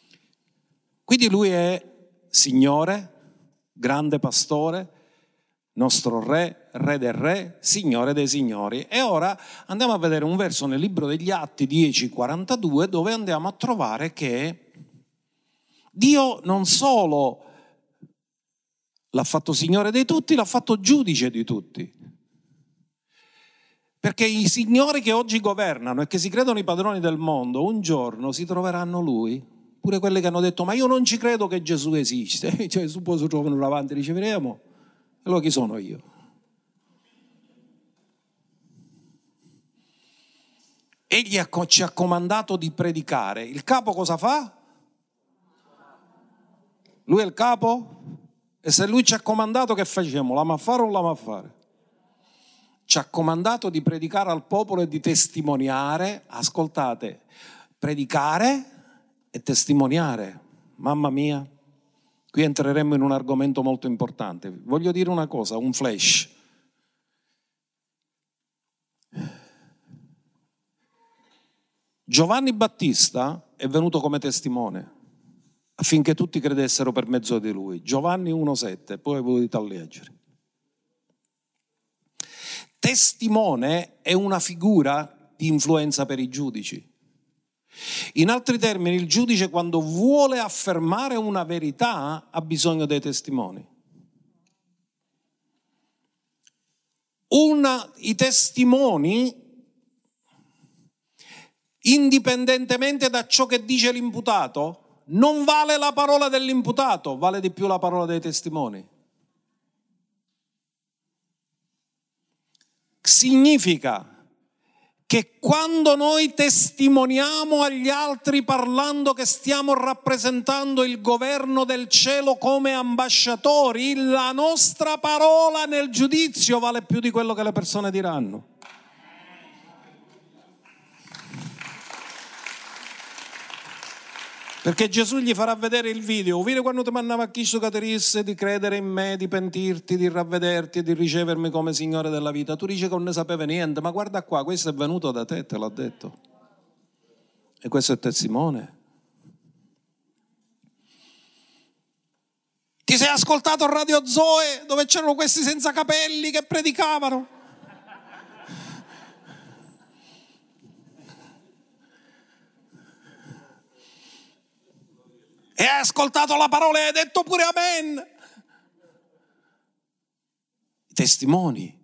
Quindi lui è Signore, grande pastore, nostro Re, Re del Re, Signore dei Signori. E ora andiamo a vedere un verso nel libro degli Atti dieci quarantadue, dove andiamo a trovare che Dio non solo l'ha fatto Signore di tutti, l'ha fatto giudice di tutti. Perché i signori che oggi governano e che si credono i padroni del mondo, un giorno si troveranno Lui. Pure quelli che hanno detto, ma io non ci credo che Gesù esiste. Cioè, su poi si trovano davanti e dice, vediamo, allora chi sono io? Egli ci ha comandato di predicare. Il capo cosa fa? Lui è il capo? E se lui ci ha comandato, che facciamo? L'ama a fare o non l'ama a fare? Ci ha comandato di predicare al popolo e di testimoniare. Ascoltate, predicare e testimoniare. Mamma mia, qui entreremo in un argomento molto importante. Voglio dire una cosa, un flash. Giovanni Battista è venuto come testimone affinché tutti credessero per mezzo di lui. Giovanni uno sette, poi potete leggere. Testimone è una figura di influenza per i giudici. In altri termini, il giudice quando vuole affermare una verità ha bisogno dei testimoni. Una, i testimoni, indipendentemente da ciò che dice l'imputato, non vale la parola dell'imputato, vale di più la parola dei testimoni. Significa che quando noi testimoniamo agli altri parlando che stiamo rappresentando il governo del cielo come ambasciatori, la nostra parola nel giudizio vale più di quello che le persone diranno. Perché Gesù gli farà vedere il video, vedi quando ti mandava a Cristo che ti disse di credere in me, di pentirti, di ravvederti e di ricevermi come Signore della vita. Tu dici che non ne sapeva niente, ma guarda qua, questo è venuto da te, te l'ha detto. E questo è testimone. Ti sei ascoltato Radio Zoe dove c'erano questi senza capelli che predicavano? E hai ascoltato la parola e hai detto pure amen. I testimoni.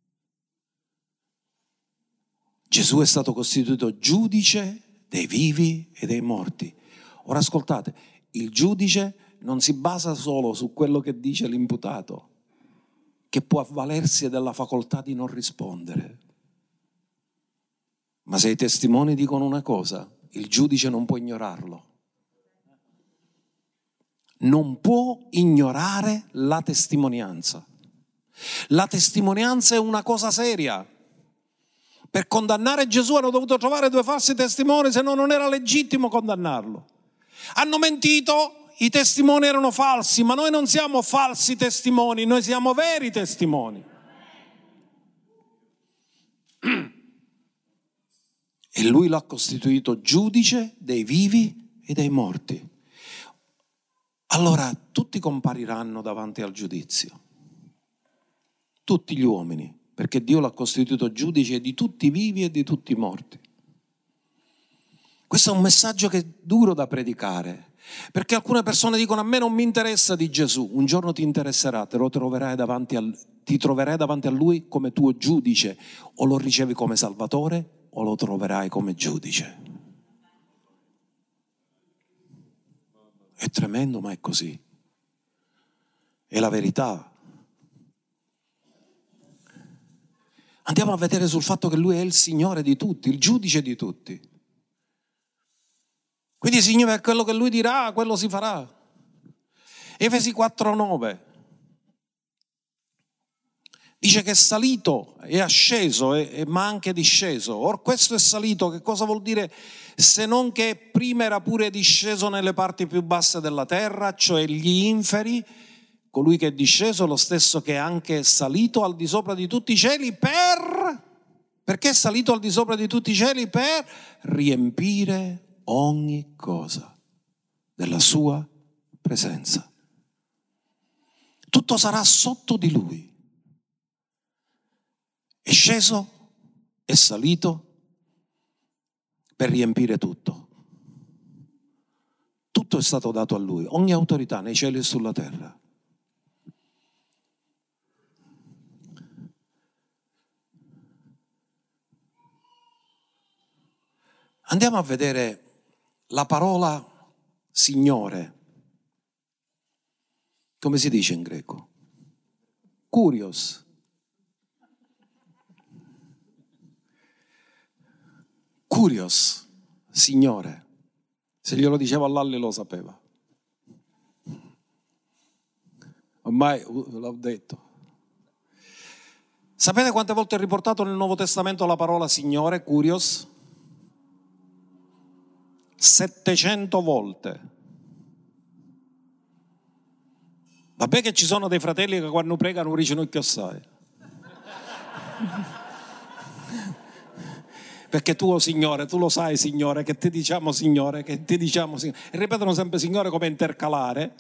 Gesù è stato costituito giudice dei vivi e dei morti. Ora ascoltate, il giudice non si basa solo su quello che dice l'imputato, che può avvalersi della facoltà di non rispondere. Ma se i testimoni dicono una cosa, il giudice non può ignorarlo. Non può ignorare la testimonianza. La testimonianza è una cosa seria. Per condannare Gesù hanno dovuto trovare due falsi testimoni, se no non era legittimo condannarlo. Hanno mentito, i testimoni erano falsi, ma noi non siamo falsi testimoni, noi siamo veri testimoni. E lui l'ha costituito giudice dei vivi e dei morti. Allora tutti compariranno davanti al giudizio, tutti gli uomini, perché Dio l'ha costituito giudice di tutti i vivi e di tutti i morti. Questo è un messaggio che è duro da predicare, perché alcune persone dicono a me non mi interessa di Gesù, un giorno ti interesserà, te lo troverai davanti al, ti troverai davanti a Lui come tuo giudice, o lo ricevi come Salvatore o lo troverai come giudice. È tremendo, ma è così. È la verità. Andiamo a vedere sul fatto che Lui è il Signore di tutti, il giudice di tutti. Quindi significa che quello che Lui dirà, quello si farà. Efesi quattro nove dice che è salito, è asceso, è, ma anche disceso. Or questo è salito, che cosa vuol dire? Se non che prima era pure disceso nelle parti più basse della terra, cioè gli inferi, colui che è disceso è lo stesso che è anche salito al di sopra di tutti i cieli per... Perché è salito al di sopra di tutti i cieli? Per riempire ogni cosa della sua presenza. Tutto sarà sotto di Lui. È sceso, è salito per riempire tutto. Tutto è stato dato a Lui, ogni autorità nei cieli e sulla terra. Andiamo a vedere la parola Signore. Come si dice in greco? Kurios. Kurios, Signore. Se glielo diceva a Lalli lo sapeva. Ormai l'ho detto. Sapete quante volte è riportato nel Nuovo Testamento la parola Signore, Kurios? settecento volte. Vabbè che ci sono dei fratelli che quando pregano riginocchio assai. Perché tu, oh Signore, tu lo sai, Signore, che ti diciamo Signore, che ti diciamo Signore. E ripetono sempre Signore come intercalare.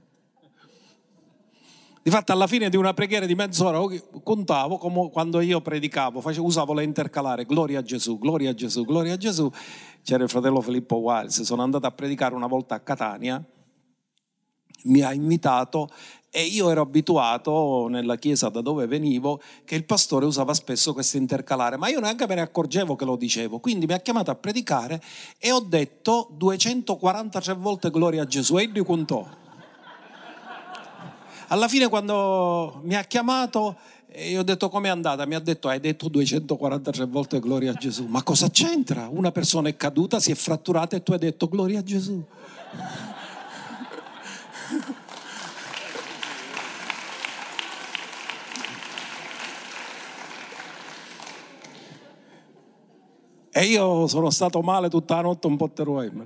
Difatti alla fine di una preghiera di mezz'ora contavo come quando io predicavo, facevo, usavo le intercalare, gloria a Gesù, gloria a Gesù, gloria a Gesù. C'era il fratello Filippo Wiles, sono andato a predicare una volta a Catania, mi ha invitato e io ero abituato nella chiesa da dove venivo che il pastore usava spesso questo intercalare, ma io neanche me ne accorgevo che lo dicevo, quindi mi ha chiamato a predicare e ho detto duecentoquarantatré volte gloria a Gesù e lui contò. Alla fine quando mi ha chiamato e io ho detto com'è andata, mi ha detto hai detto duecentoquarantatré volte gloria a Gesù. Ma cosa c'entra? Una persona è caduta, si è fratturata e tu hai detto gloria a Gesù. E io sono stato male tutta la notte un po' teruemere.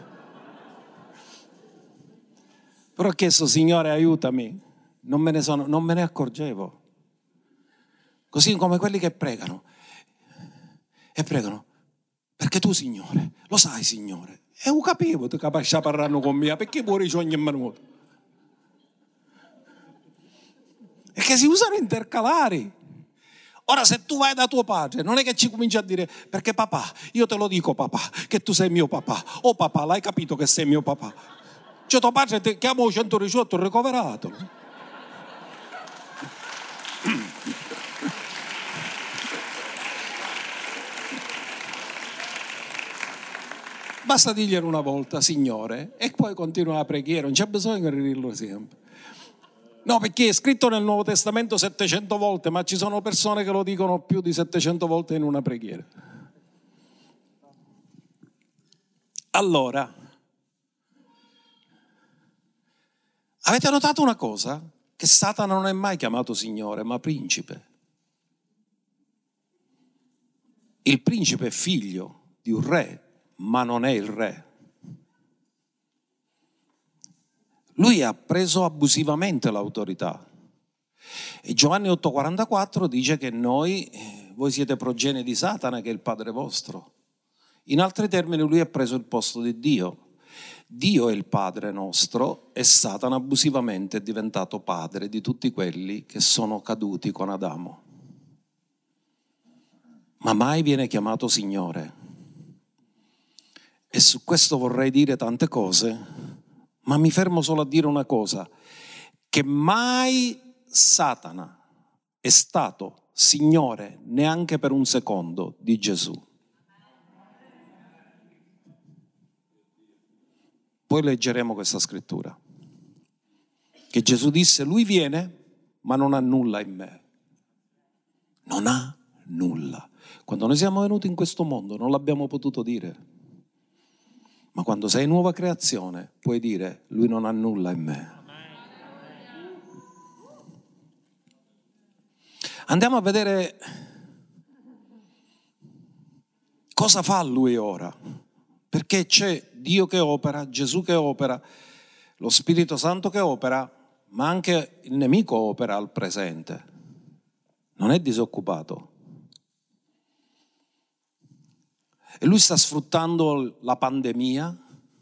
Però ho chiesto Signore aiutami, non me ne sono, non me ne accorgevo. Così come quelli che pregano e pregano perché tu Signore, lo sai Signore, e io capivo che capace parlare con me, perché pure ci ogni minuto. E che si usano intercalari. Ora se tu vai da tuo padre, non è che ci cominci a dire perché papà, io te lo dico papà, che tu sei mio papà. Oh papà, l'hai capito che sei mio papà? Cioè tuo padre ti chiama centodiciotto ricoverato. Basta dirglielo una volta, Signore, e poi continua la preghiera, non c'è bisogno di dirlo sempre. No, perché è scritto nel Nuovo Testamento settecento volte, ma ci sono persone che lo dicono più di settecento volte in una preghiera. Allora, avete notato una cosa? Che Satana non è mai chiamato Signore, ma principe. Il principe è figlio di un re, ma non è il re. Lui ha preso abusivamente l'autorità. E Giovanni otto quarantaquattro dice che noi, voi siete progenie di Satana, che è il padre vostro. In altri termini, lui ha preso il posto di Dio. Dio è il padre nostro e Satana abusivamente è diventato padre di tutti quelli che sono caduti con Adamo. Ma mai viene chiamato Signore. E su questo vorrei dire tante cose, ma mi fermo solo a dire una cosa, che mai Satana è stato Signore neanche per un secondo di Gesù. Poi leggeremo questa scrittura, che Gesù disse, lui viene, ma non ha nulla in me. Non ha nulla. Quando noi siamo venuti in questo mondo non l'abbiamo potuto dire. Ma quando sei nuova creazione puoi dire, lui non ha nulla in me. Andiamo a vedere cosa fa lui ora. Perché c'è Dio che opera, Gesù che opera, lo Spirito Santo che opera, ma anche il nemico opera al presente. Non è disoccupato. E lui sta sfruttando la pandemia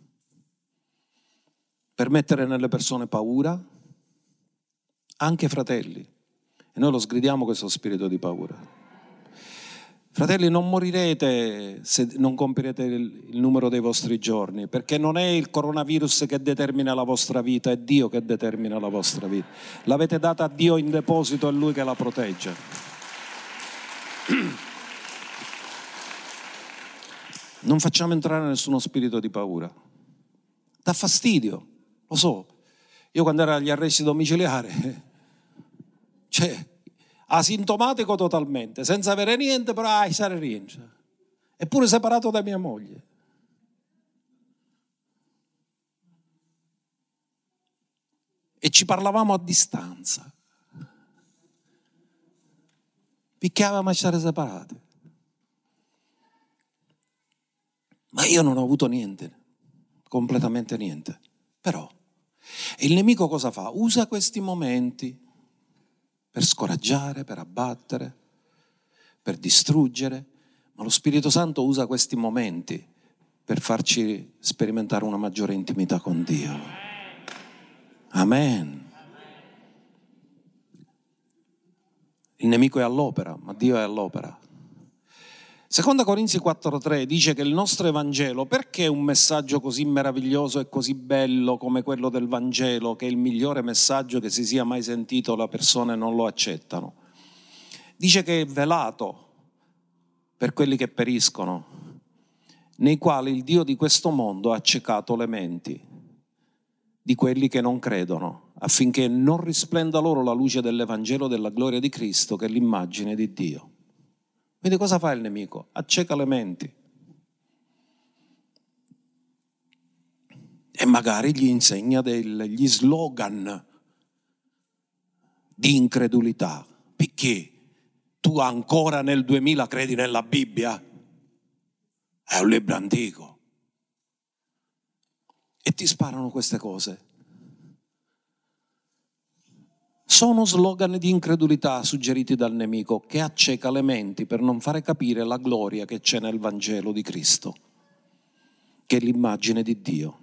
per mettere nelle persone paura, anche fratelli. E noi lo sgridiamo questo spirito di paura. Fratelli, non morirete se non compirete il, il numero dei vostri giorni, perché non è il coronavirus che determina la vostra vita, è Dio che determina la vostra vita. L'avete data a Dio in deposito, è Lui che la protegge. Non facciamo entrare nessuno spirito di paura. Dà fastidio, lo so. Io quando ero agli arresti domiciliari, cioè, asintomatico totalmente, senza avere niente, però ah, stare rientra. Eppure separato da mia moglie. E ci parlavamo a distanza. Picchiavamo a stare separati. Ma io non ho avuto niente, completamente niente. Però il nemico cosa fa? Usa questi momenti per scoraggiare, per abbattere, per distruggere, ma lo Spirito Santo usa questi momenti per farci sperimentare una maggiore intimità con Dio. Amen. Il nemico è all'opera, ma Dio è all'opera. Seconda Corinzi quattro tre dice che il nostro Evangelo, perché un messaggio così meraviglioso e così bello come quello del Vangelo, che è il migliore messaggio che si sia mai sentito, le persone non lo accettano? Dice che è velato per quelli che periscono, nei quali il Dio di questo mondo ha accecato le menti di quelli che non credono, affinché non risplenda loro la luce dell'Evangelo della gloria di Cristo, che è l'immagine di Dio. Quindi cosa fa il nemico? Acceca le menti. E magari gli insegna degli slogan di incredulità. Perché tu ancora nel duemila credi nella Bibbia? È un libro antico. E ti sparano queste cose. Sono slogan di incredulità suggeriti dal nemico che acceca le menti per non fare capire la gloria che c'è nel Vangelo di Cristo, che è l'immagine di Dio.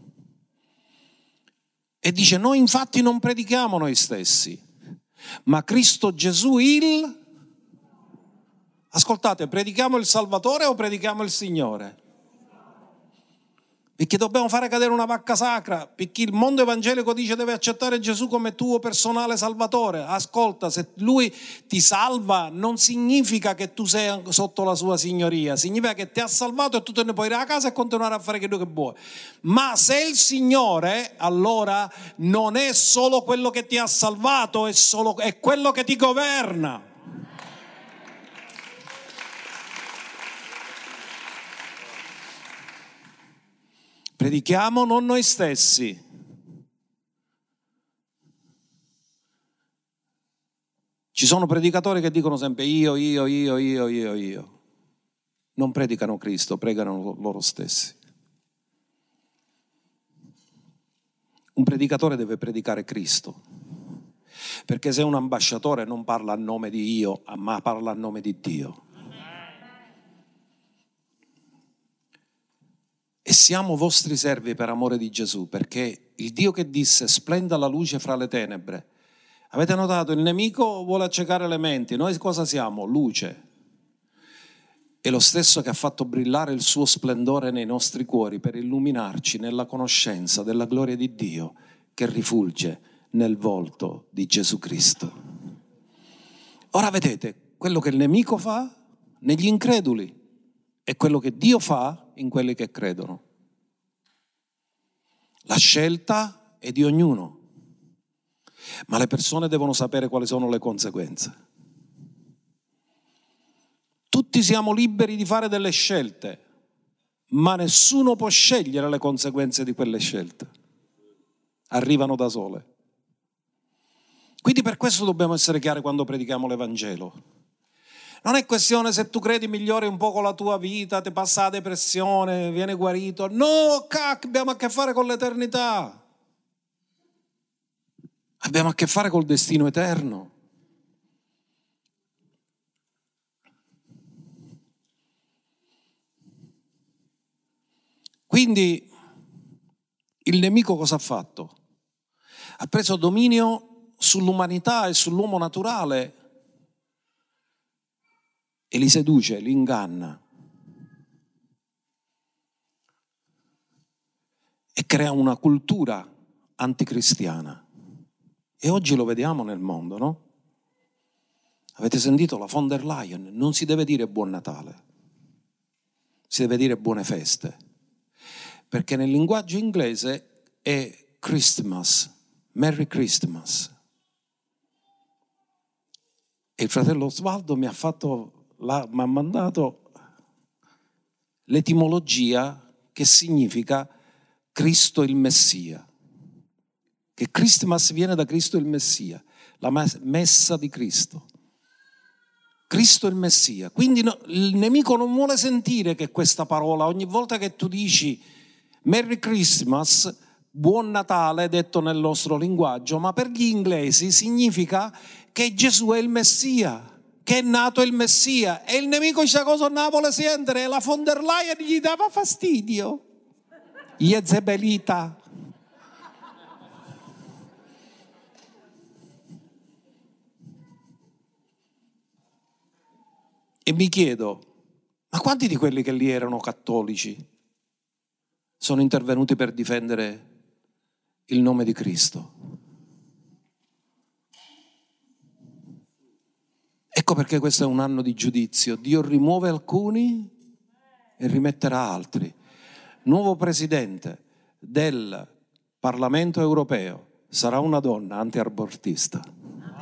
E dice: noi infatti non predichiamo noi stessi, ma Cristo Gesù il... Ascoltate, predichiamo il Salvatore o predichiamo il Signore? Perché dobbiamo fare cadere una vacca sacra, perché il mondo evangelico dice deve accettare Gesù come tuo personale salvatore. Ascolta, se Lui ti salva non significa che tu sei sotto la sua signoria, significa che ti ha salvato e tu te ne puoi andare a casa e continuare a fare quello che vuoi. Ma se il Signore, allora non è solo quello che ti ha salvato, è, solo, è quello che ti governa. Predichiamo non noi stessi. Ci sono predicatori che dicono sempre io, io, io, io, io, io. Non predicano Cristo, predicano loro stessi. Un predicatore deve predicare Cristo, perché se un ambasciatore non parla a nome di io, ma parla a nome di Dio. E siamo vostri servi per amore di Gesù, perché il Dio che disse splenda la luce fra le tenebre. Avete notato, il nemico vuole accecare le menti, noi cosa siamo? Luce. È lo stesso che ha fatto brillare il suo splendore nei nostri cuori per illuminarci nella conoscenza della gloria di Dio che rifulge nel volto di Gesù Cristo. Ora vedete, quello che il nemico fa negli increduli è quello che Dio fa in quelli che credono. La scelta è di ognuno, ma le persone devono sapere quali sono le conseguenze. Tutti siamo liberi di fare delle scelte, ma nessuno può scegliere le conseguenze di quelle scelte. Arrivano da sole. Quindi per questo dobbiamo essere chiari quando predichiamo l'Evangelo. Non è questione se tu credi migliori un po' con la tua vita, ti passa la depressione, viene guarito. No, cacchio, abbiamo a che fare con l'eternità. Abbiamo a che fare col destino eterno. Quindi il nemico cosa ha fatto? Ha preso dominio sull'umanità e sull'uomo naturale e li seduce, li inganna e crea una cultura anticristiana. E oggi lo vediamo nel mondo, no? Avete sentito la von der Leyen? Non si deve dire buon Natale, si deve dire buone feste, perché nel linguaggio inglese è Christmas, Merry Christmas. E il fratello Osvaldo mi ha fatto, mi ha mandato l'etimologia che significa Cristo il Messia. Che Christmas viene da Cristo il Messia, la messa di Cristo. Cristo il Messia. Quindi no, il nemico non vuole sentire che questa parola, ogni volta che tu dici Merry Christmas, buon Natale, detto nel nostro linguaggio, ma per gli inglesi significa che Gesù è il Messia, che è nato il Messia. E il nemico dice cosa non vuole sentire, e la von der Leyen gli dava fastidio. Jezebelita. E mi chiedo, ma quanti di quelli che lì erano cattolici sono intervenuti per difendere il nome di Cristo? Ecco perché questo è un anno di giudizio. Dio rimuove alcuni e rimetterà altri. Nuovo presidente del Parlamento europeo sarà una donna anti-abortista.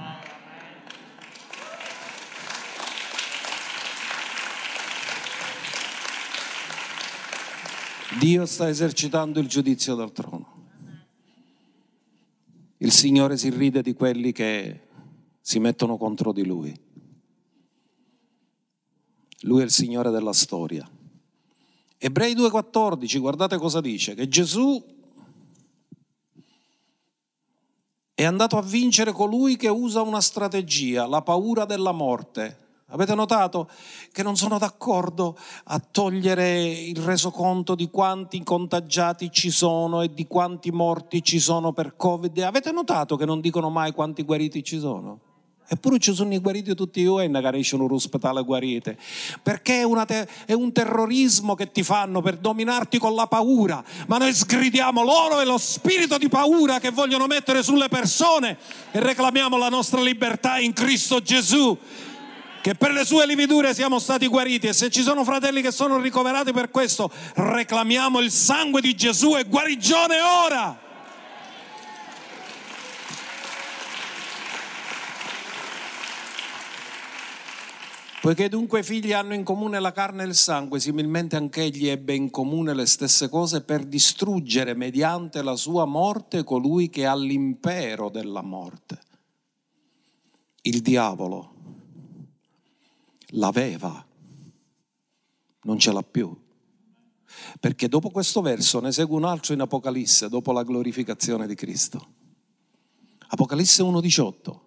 Dio sta esercitando il giudizio dal trono. Il Signore si ride di quelli che si mettono contro di Lui. Lui è il Signore della storia. Ebrei due quattordici, guardate cosa dice, che Gesù è andato a vincere colui che usa una strategia, la paura della morte. Avete notato che non sono d'accordo a togliere il resoconto di quanti contagiati ci sono e di quanti morti ci sono per Covid? Avete notato che non dicono mai quanti guariti ci sono? Eppure ci sono i guariti tutti io e magari sono un ospedale guarite. Perché è, una te- è un terrorismo che ti fanno per dominarti con la paura. Ma noi sgridiamo loro e lo spirito di paura che vogliono mettere sulle persone e reclamiamo la nostra libertà in Cristo Gesù, che per le sue lividure siamo stati guariti. E se ci sono fratelli che sono ricoverati per questo, reclamiamo il sangue di Gesù e guarigione ora. Poiché dunque i figli hanno in comune la carne e il sangue, similmente anch'egli ebbe in comune le stesse cose per distruggere mediante la sua morte colui che ha l'impero della morte. Il diavolo l'aveva, non ce l'ha più. Perché dopo questo verso ne segue un altro in Apocalisse, dopo la glorificazione di Cristo. Apocalisse uno diciotto.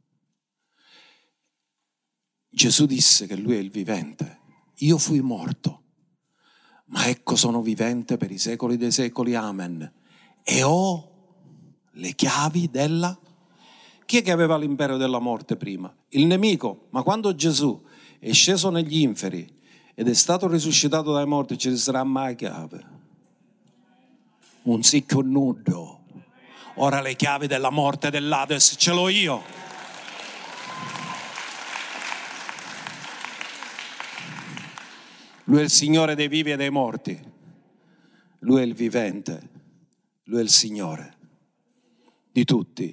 Gesù disse che lui è il vivente. Io fui morto, ma ecco sono vivente per i secoli dei secoli. Amen. E ho le chiavi della... Chi è che aveva l'impero della morte prima? Il nemico. Ma quando Gesù è sceso negli inferi ed è stato risuscitato dai morti, ci sarà mai chiave? Un sicco nudo. Ora le chiavi della morte e dell'Ades ce l'ho io. Lui è il Signore dei vivi e dei morti. Lui è il vivente. Lui è il Signore di tutti.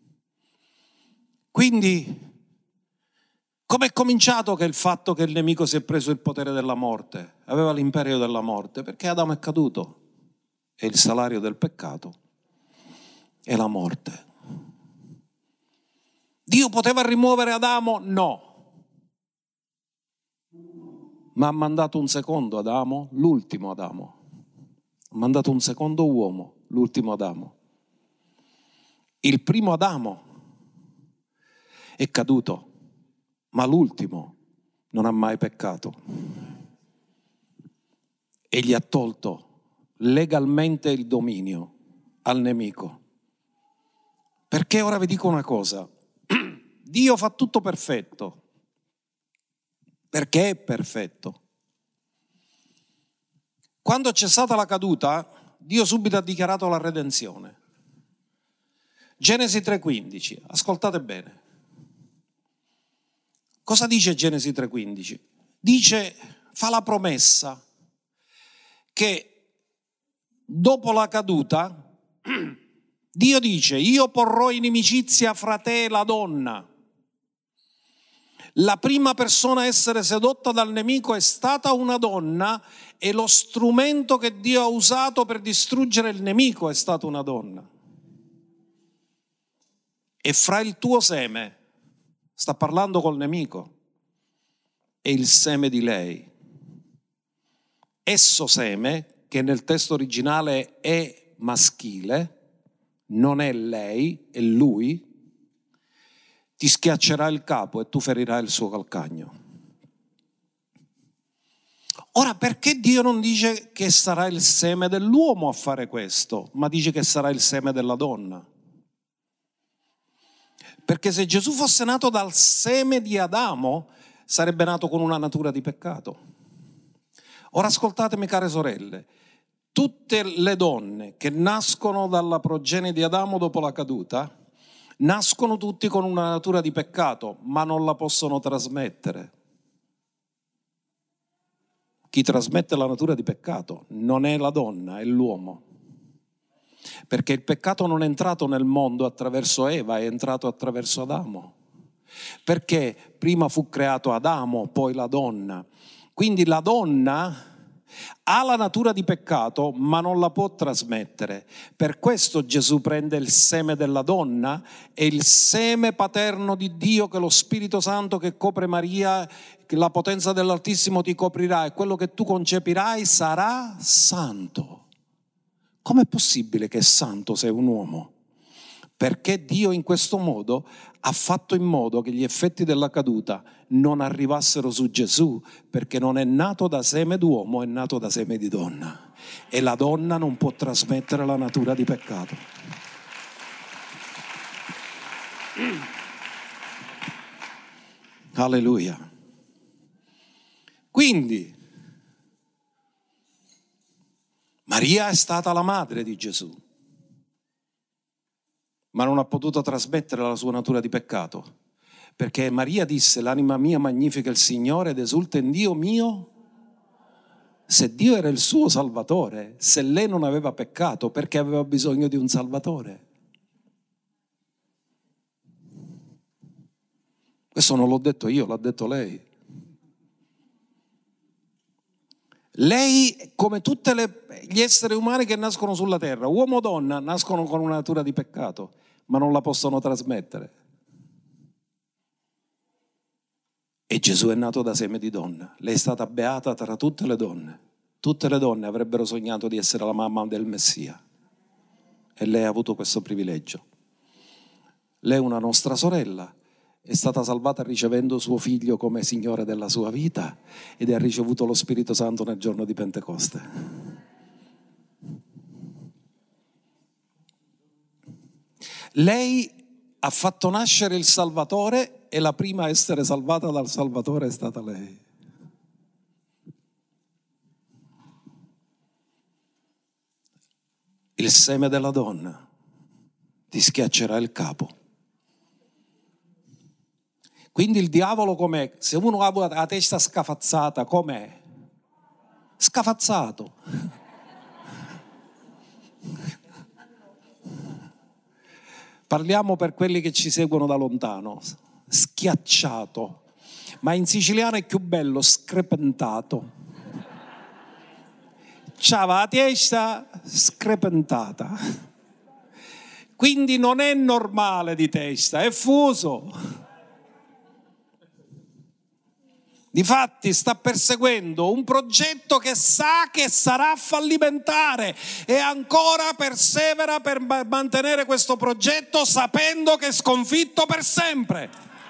Quindi, come è cominciato che il fatto che il nemico si è preso il potere della morte? Aveva l'imperio della morte, perché Adamo è caduto e il salario del peccato è la morte. Dio poteva rimuovere Adamo? No. Ma ha mandato un secondo Adamo, l'ultimo Adamo. Ha mandato un secondo uomo, l'ultimo Adamo. Il primo Adamo è caduto, ma l'ultimo non ha mai peccato. E gli ha tolto legalmente il dominio al nemico. Perché ora vi dico una cosa. Dio fa tutto perfetto. perché è perfetto. Quando c'è stata la caduta, Dio subito ha dichiarato la redenzione. Genesi tre quindici, ascoltate bene. Cosa dice Genesi tre quindici? Dice, fa la promessa che dopo la caduta, Dio dice, io porrò inimicizia fra te e la donna. La prima persona a essere sedotta dal nemico è stata una donna e lo strumento che Dio ha usato per distruggere il nemico è stata una donna. E fra il tuo seme, sta parlando col nemico, e il seme di lei. Esso seme, che nel testo originale è maschile, non è lei, è lui, ti schiaccerà il capo e tu ferirai il suo calcagno. Ora, perché Dio non dice che sarà il seme dell'uomo a fare questo, ma dice che sarà il seme della donna? Perché se Gesù fosse nato dal seme di Adamo, sarebbe nato con una natura di peccato. Ora ascoltatemi, care sorelle, tutte le donne che nascono dalla progenie di Adamo dopo la caduta, nascono tutti con una natura di peccato, ma non la possono trasmettere. Chi trasmette la natura di peccato non è la donna, è l'uomo. Perché il peccato non è entrato nel mondo attraverso Eva, è entrato attraverso Adamo. Perché prima fu creato Adamo, poi la donna. Quindi la donna ha la natura di peccato, ma non la può trasmettere. Per questo Gesù prende il seme della donna e il seme paterno di Dio, che è lo Spirito Santo che copre Maria, che la potenza dell'Altissimo ti coprirà e quello che tu concepirai sarà santo. Com'è possibile che è santo se è un uomo? Perché Dio in questo modo ha fatto in modo che gli effetti della caduta non arrivassero su Gesù, perché non è nato da seme d'uomo, è nato da seme di donna. E la donna non può trasmettere la natura di peccato. Alleluia. Quindi, Maria è stata la madre di Gesù, ma non ha potuto trasmettere la sua natura di peccato, perché Maria disse: l'anima mia magnifica il Signore ed esulta in Dio mio. Se Dio era il suo Salvatore, se lei non aveva peccato, perché aveva bisogno di un Salvatore? Questo non l'ho detto io, l'ha detto lei. Lei, come tutti gli esseri umani che nascono sulla terra, uomo o donna, nascono con una natura di peccato, ma non la possono trasmettere. E Gesù è nato da seme di donna. Lei è stata beata tra tutte le donne. Tutte le donne avrebbero sognato di essere la mamma del Messia. E lei ha avuto questo privilegio. Lei è una nostra sorella. È stata salvata ricevendo suo figlio come Signore della sua vita ed ha ricevuto lo Spirito Santo nel giorno di Pentecoste. Lei ha fatto nascere il Salvatore e la prima a essere salvata dal Salvatore è stata lei. Il seme della donna ti schiaccerà il capo. Quindi il diavolo com'è? Se uno ha la testa scafazzata, com'è? Scafazzato. Parliamo per quelli che ci seguono da lontano. Schiacciato. Ma in siciliano è più bello, screpentato. C'aveva la testa screpentata. Quindi non è normale di testa, è fuso. Difatti sta perseguendo un progetto che sa che sarà fallimentare e ancora persevera per mantenere questo progetto sapendo che è sconfitto per sempre.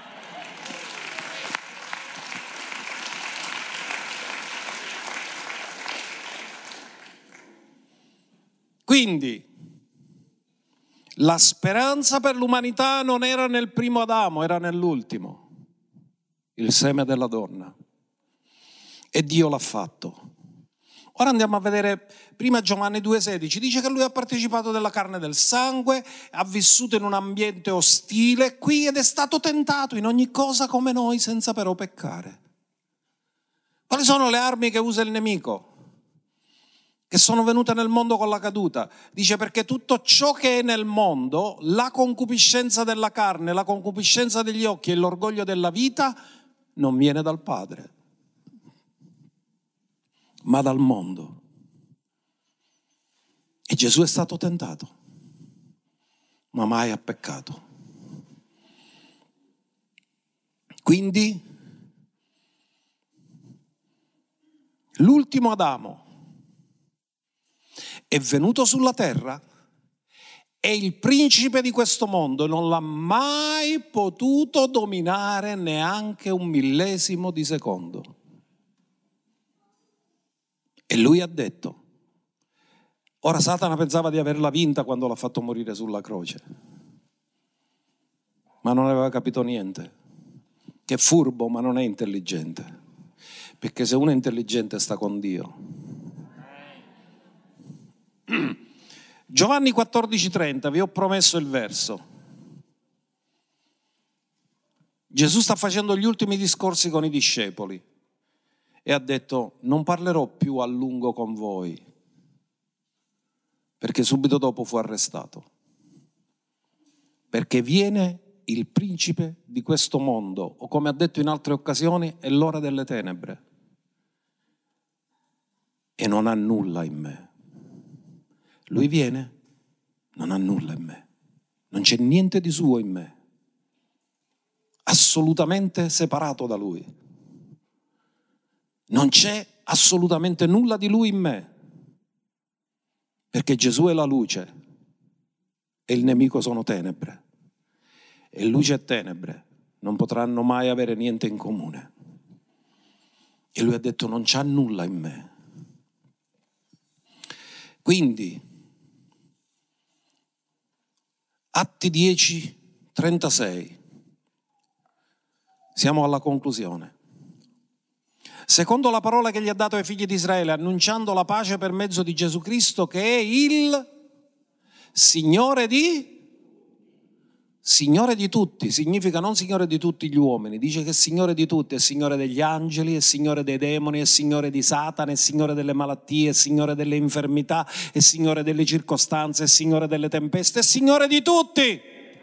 Quindi la speranza per l'umanità non era nel primo Adamo, era nell'ultimo. Il seme della donna. E Dio l'ha fatto. Ora andiamo a vedere prima Giovanni due sedici, dice che lui ha partecipato della carne e del sangue, ha vissuto in un ambiente ostile qui ed è stato tentato in ogni cosa come noi senza però peccare. Quali sono le armi che usa il nemico? Che sono venute nel mondo con la caduta. Dice perché tutto ciò che è nel mondo, la concupiscenza della carne, la concupiscenza degli occhi e l'orgoglio della vita, non viene dal Padre, ma dal mondo. E Gesù è stato tentato, ma mai ha peccato. Quindi l'ultimo Adamo è venuto sulla terra e il principe di questo mondo non l'ha mai potuto dominare neanche un millesimo di secondo. E lui ha detto, ora Satana pensava di averla vinta quando l'ha fatto morire sulla croce, ma non aveva capito niente, che è furbo ma non è intelligente, perché se uno è intelligente sta con Dio. Giovanni quattordici trenta, vi ho promesso il verso. Gesù sta facendo gli ultimi discorsi con i discepoli e ha detto, non parlerò più a lungo con voi, perché subito dopo fu arrestato. Perché viene il principe di questo mondo, o come ha detto in altre occasioni, è l'ora delle tenebre. E non ha nulla in me. Lui viene, non ha nulla in me. Non c'è niente di suo in me. Assolutamente separato da lui. Non c'è assolutamente nulla di lui in me. Perché Gesù è la luce e il nemico sono tenebre. E luce e tenebre non potranno mai avere niente in comune. E lui ha detto non c'ha nulla in me. Quindi, Atti dieci trentasei, siamo alla conclusione. Secondo la parola che gli ha dato ai figli di Israele, annunciando la pace per mezzo di Gesù Cristo, che è il Signore di... Signore di tutti, significa non Signore di tutti gli uomini, dice che è Signore di tutti, è Signore degli angeli, è Signore dei demoni, è Signore di Satana, è Signore delle malattie, è Signore delle infermità, è Signore delle circostanze, è Signore delle tempeste, è Signore di tutti.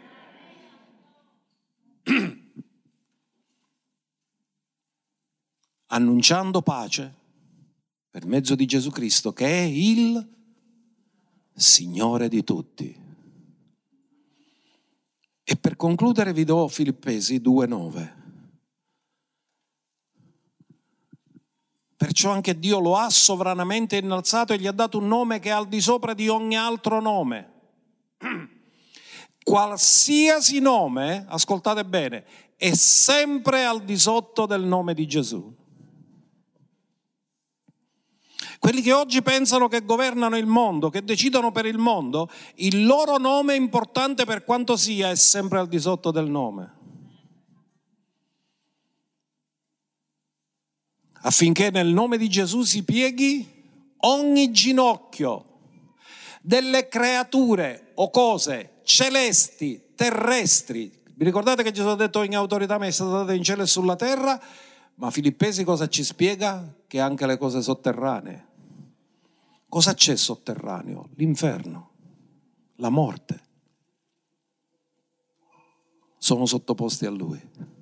Annunciando pace per mezzo di Gesù Cristo, che è il Signore di tutti. E per concludere vi do Filippesi due nove. Perciò anche Dio lo ha sovranamente innalzato e gli ha dato un nome che è al di sopra di ogni altro nome. Qualsiasi nome, ascoltate bene, è sempre al di sotto del nome di Gesù. Quelli che oggi pensano che governano il mondo, che decidono per il mondo, il loro nome, importante per quanto sia, è sempre al di sotto del nome. Affinché nel nome di Gesù si pieghi ogni ginocchio delle creature o cose celesti, terrestri. Vi ricordate che Gesù ha detto ogni autorità mi è stata data in cielo e sulla terra? Ma Filippesi cosa ci spiega? Che anche le cose sotterranee. Cosa c'è sotterraneo? L'inferno, la morte. Sono sottoposti a Lui.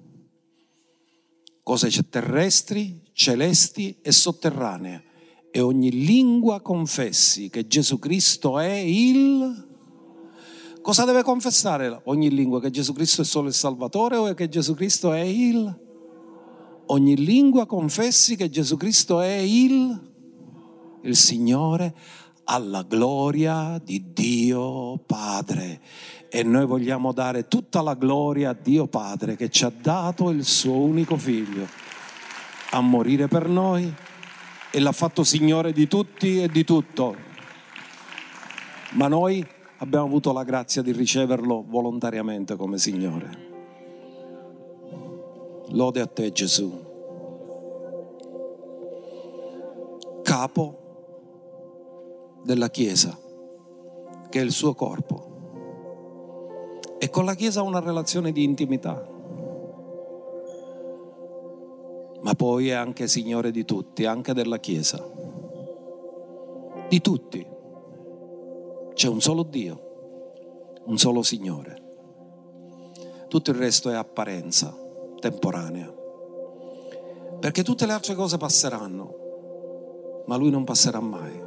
Cose terrestri, celesti e sotterranee. E ogni lingua confessi che Gesù Cristo è il... Cosa deve confessare ogni lingua? Che Gesù Cristo è solo il Salvatore o che Gesù Cristo è il... Ogni lingua confessi che Gesù Cristo è il... il Signore, alla gloria di Dio Padre. E noi vogliamo dare tutta la gloria a Dio Padre che ci ha dato il suo unico figlio a morire per noi e l'ha fatto Signore di tutti e di tutto. Ma noi abbiamo avuto la grazia di riceverlo volontariamente come Signore. Lode a te, Gesù. capo della Chiesa, che è il suo corpo, e con la Chiesa ha una relazione di intimità, ma poi è anche Signore di tutti, anche della Chiesa, di tutti. C'è un solo Dio, un solo Signore. Tutto il resto è apparenza temporanea, perché tutte le altre cose passeranno, ma Lui non passerà mai.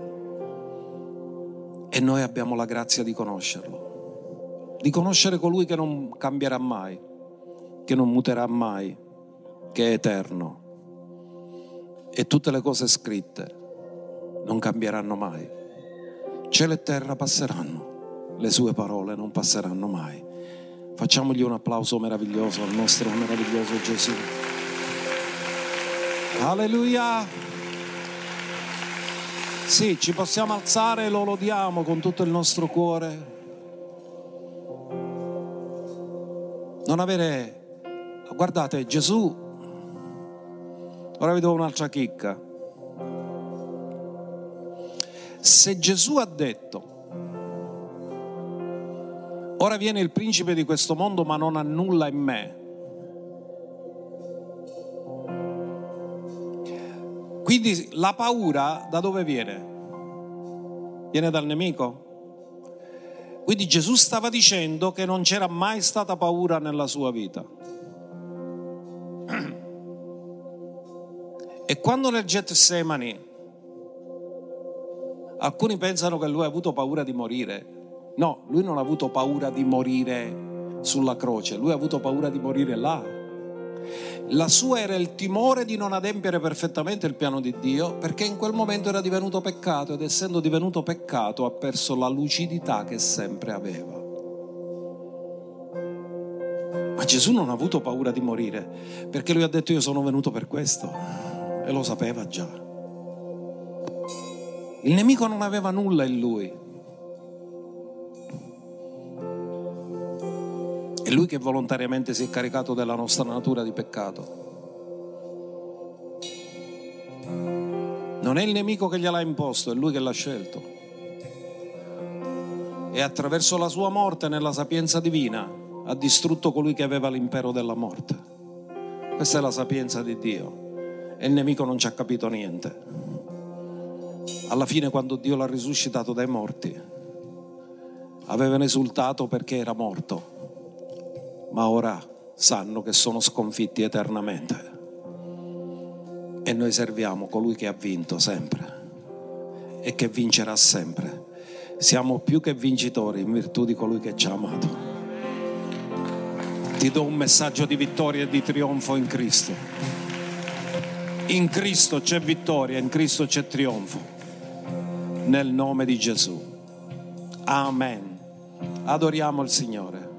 E noi abbiamo la grazia di conoscerlo, di conoscere colui che non cambierà mai, che non muterà mai, che è eterno. E tutte le cose scritte non cambieranno mai. Cielo e terra passeranno, le sue parole non passeranno mai. Facciamogli un applauso meraviglioso al nostro meraviglioso Gesù. Alleluia! Sì, ci possiamo alzare e lo lodiamo con tutto il nostro cuore. Non avere... Guardate, Gesù... Ora vi do un'altra chicca. Se Gesù ha detto: ora viene il principe di questo mondo ma non ha nulla in me, quindi la paura da dove viene? Viene dal nemico? Quindi Gesù stava dicendo che non c'era mai stata paura nella sua vita. E quando nel Getsemani alcuni pensano che lui ha avuto paura di morire, no, lui non ha avuto paura di morire sulla croce, lui ha avuto paura di morire là. La sua era il timore di non adempiere perfettamente il piano di Dio, perché in quel momento era divenuto peccato, ed essendo divenuto peccato ha perso la lucidità che sempre aveva. Ma Gesù non ha avuto paura di morire, perché lui ha detto: io sono venuto per questo, e lo sapeva già. Il nemico non aveva nulla in lui. È lui che volontariamente si è caricato della nostra natura di peccato. Non è il nemico che gliel'ha imposto, è lui che l'ha scelto. E attraverso la sua morte, nella sapienza divina, ha distrutto colui che aveva l'impero della morte. Questa è la sapienza di Dio. E il nemico non ci ha capito niente. Alla fine, quando Dio l'ha risuscitato dai morti, avevano esultato perché era morto, ma ora sanno che sono sconfitti eternamente. E noi serviamo colui che ha vinto sempre e che vincerà sempre. Siamo più che vincitori in virtù di colui che ci ha amato. Ti do un messaggio di vittoria e di trionfo in Cristo. In Cristo c'è vittoria, in Cristo c'è trionfo. Nel nome di Gesù. Amen. Adoriamo il Signore.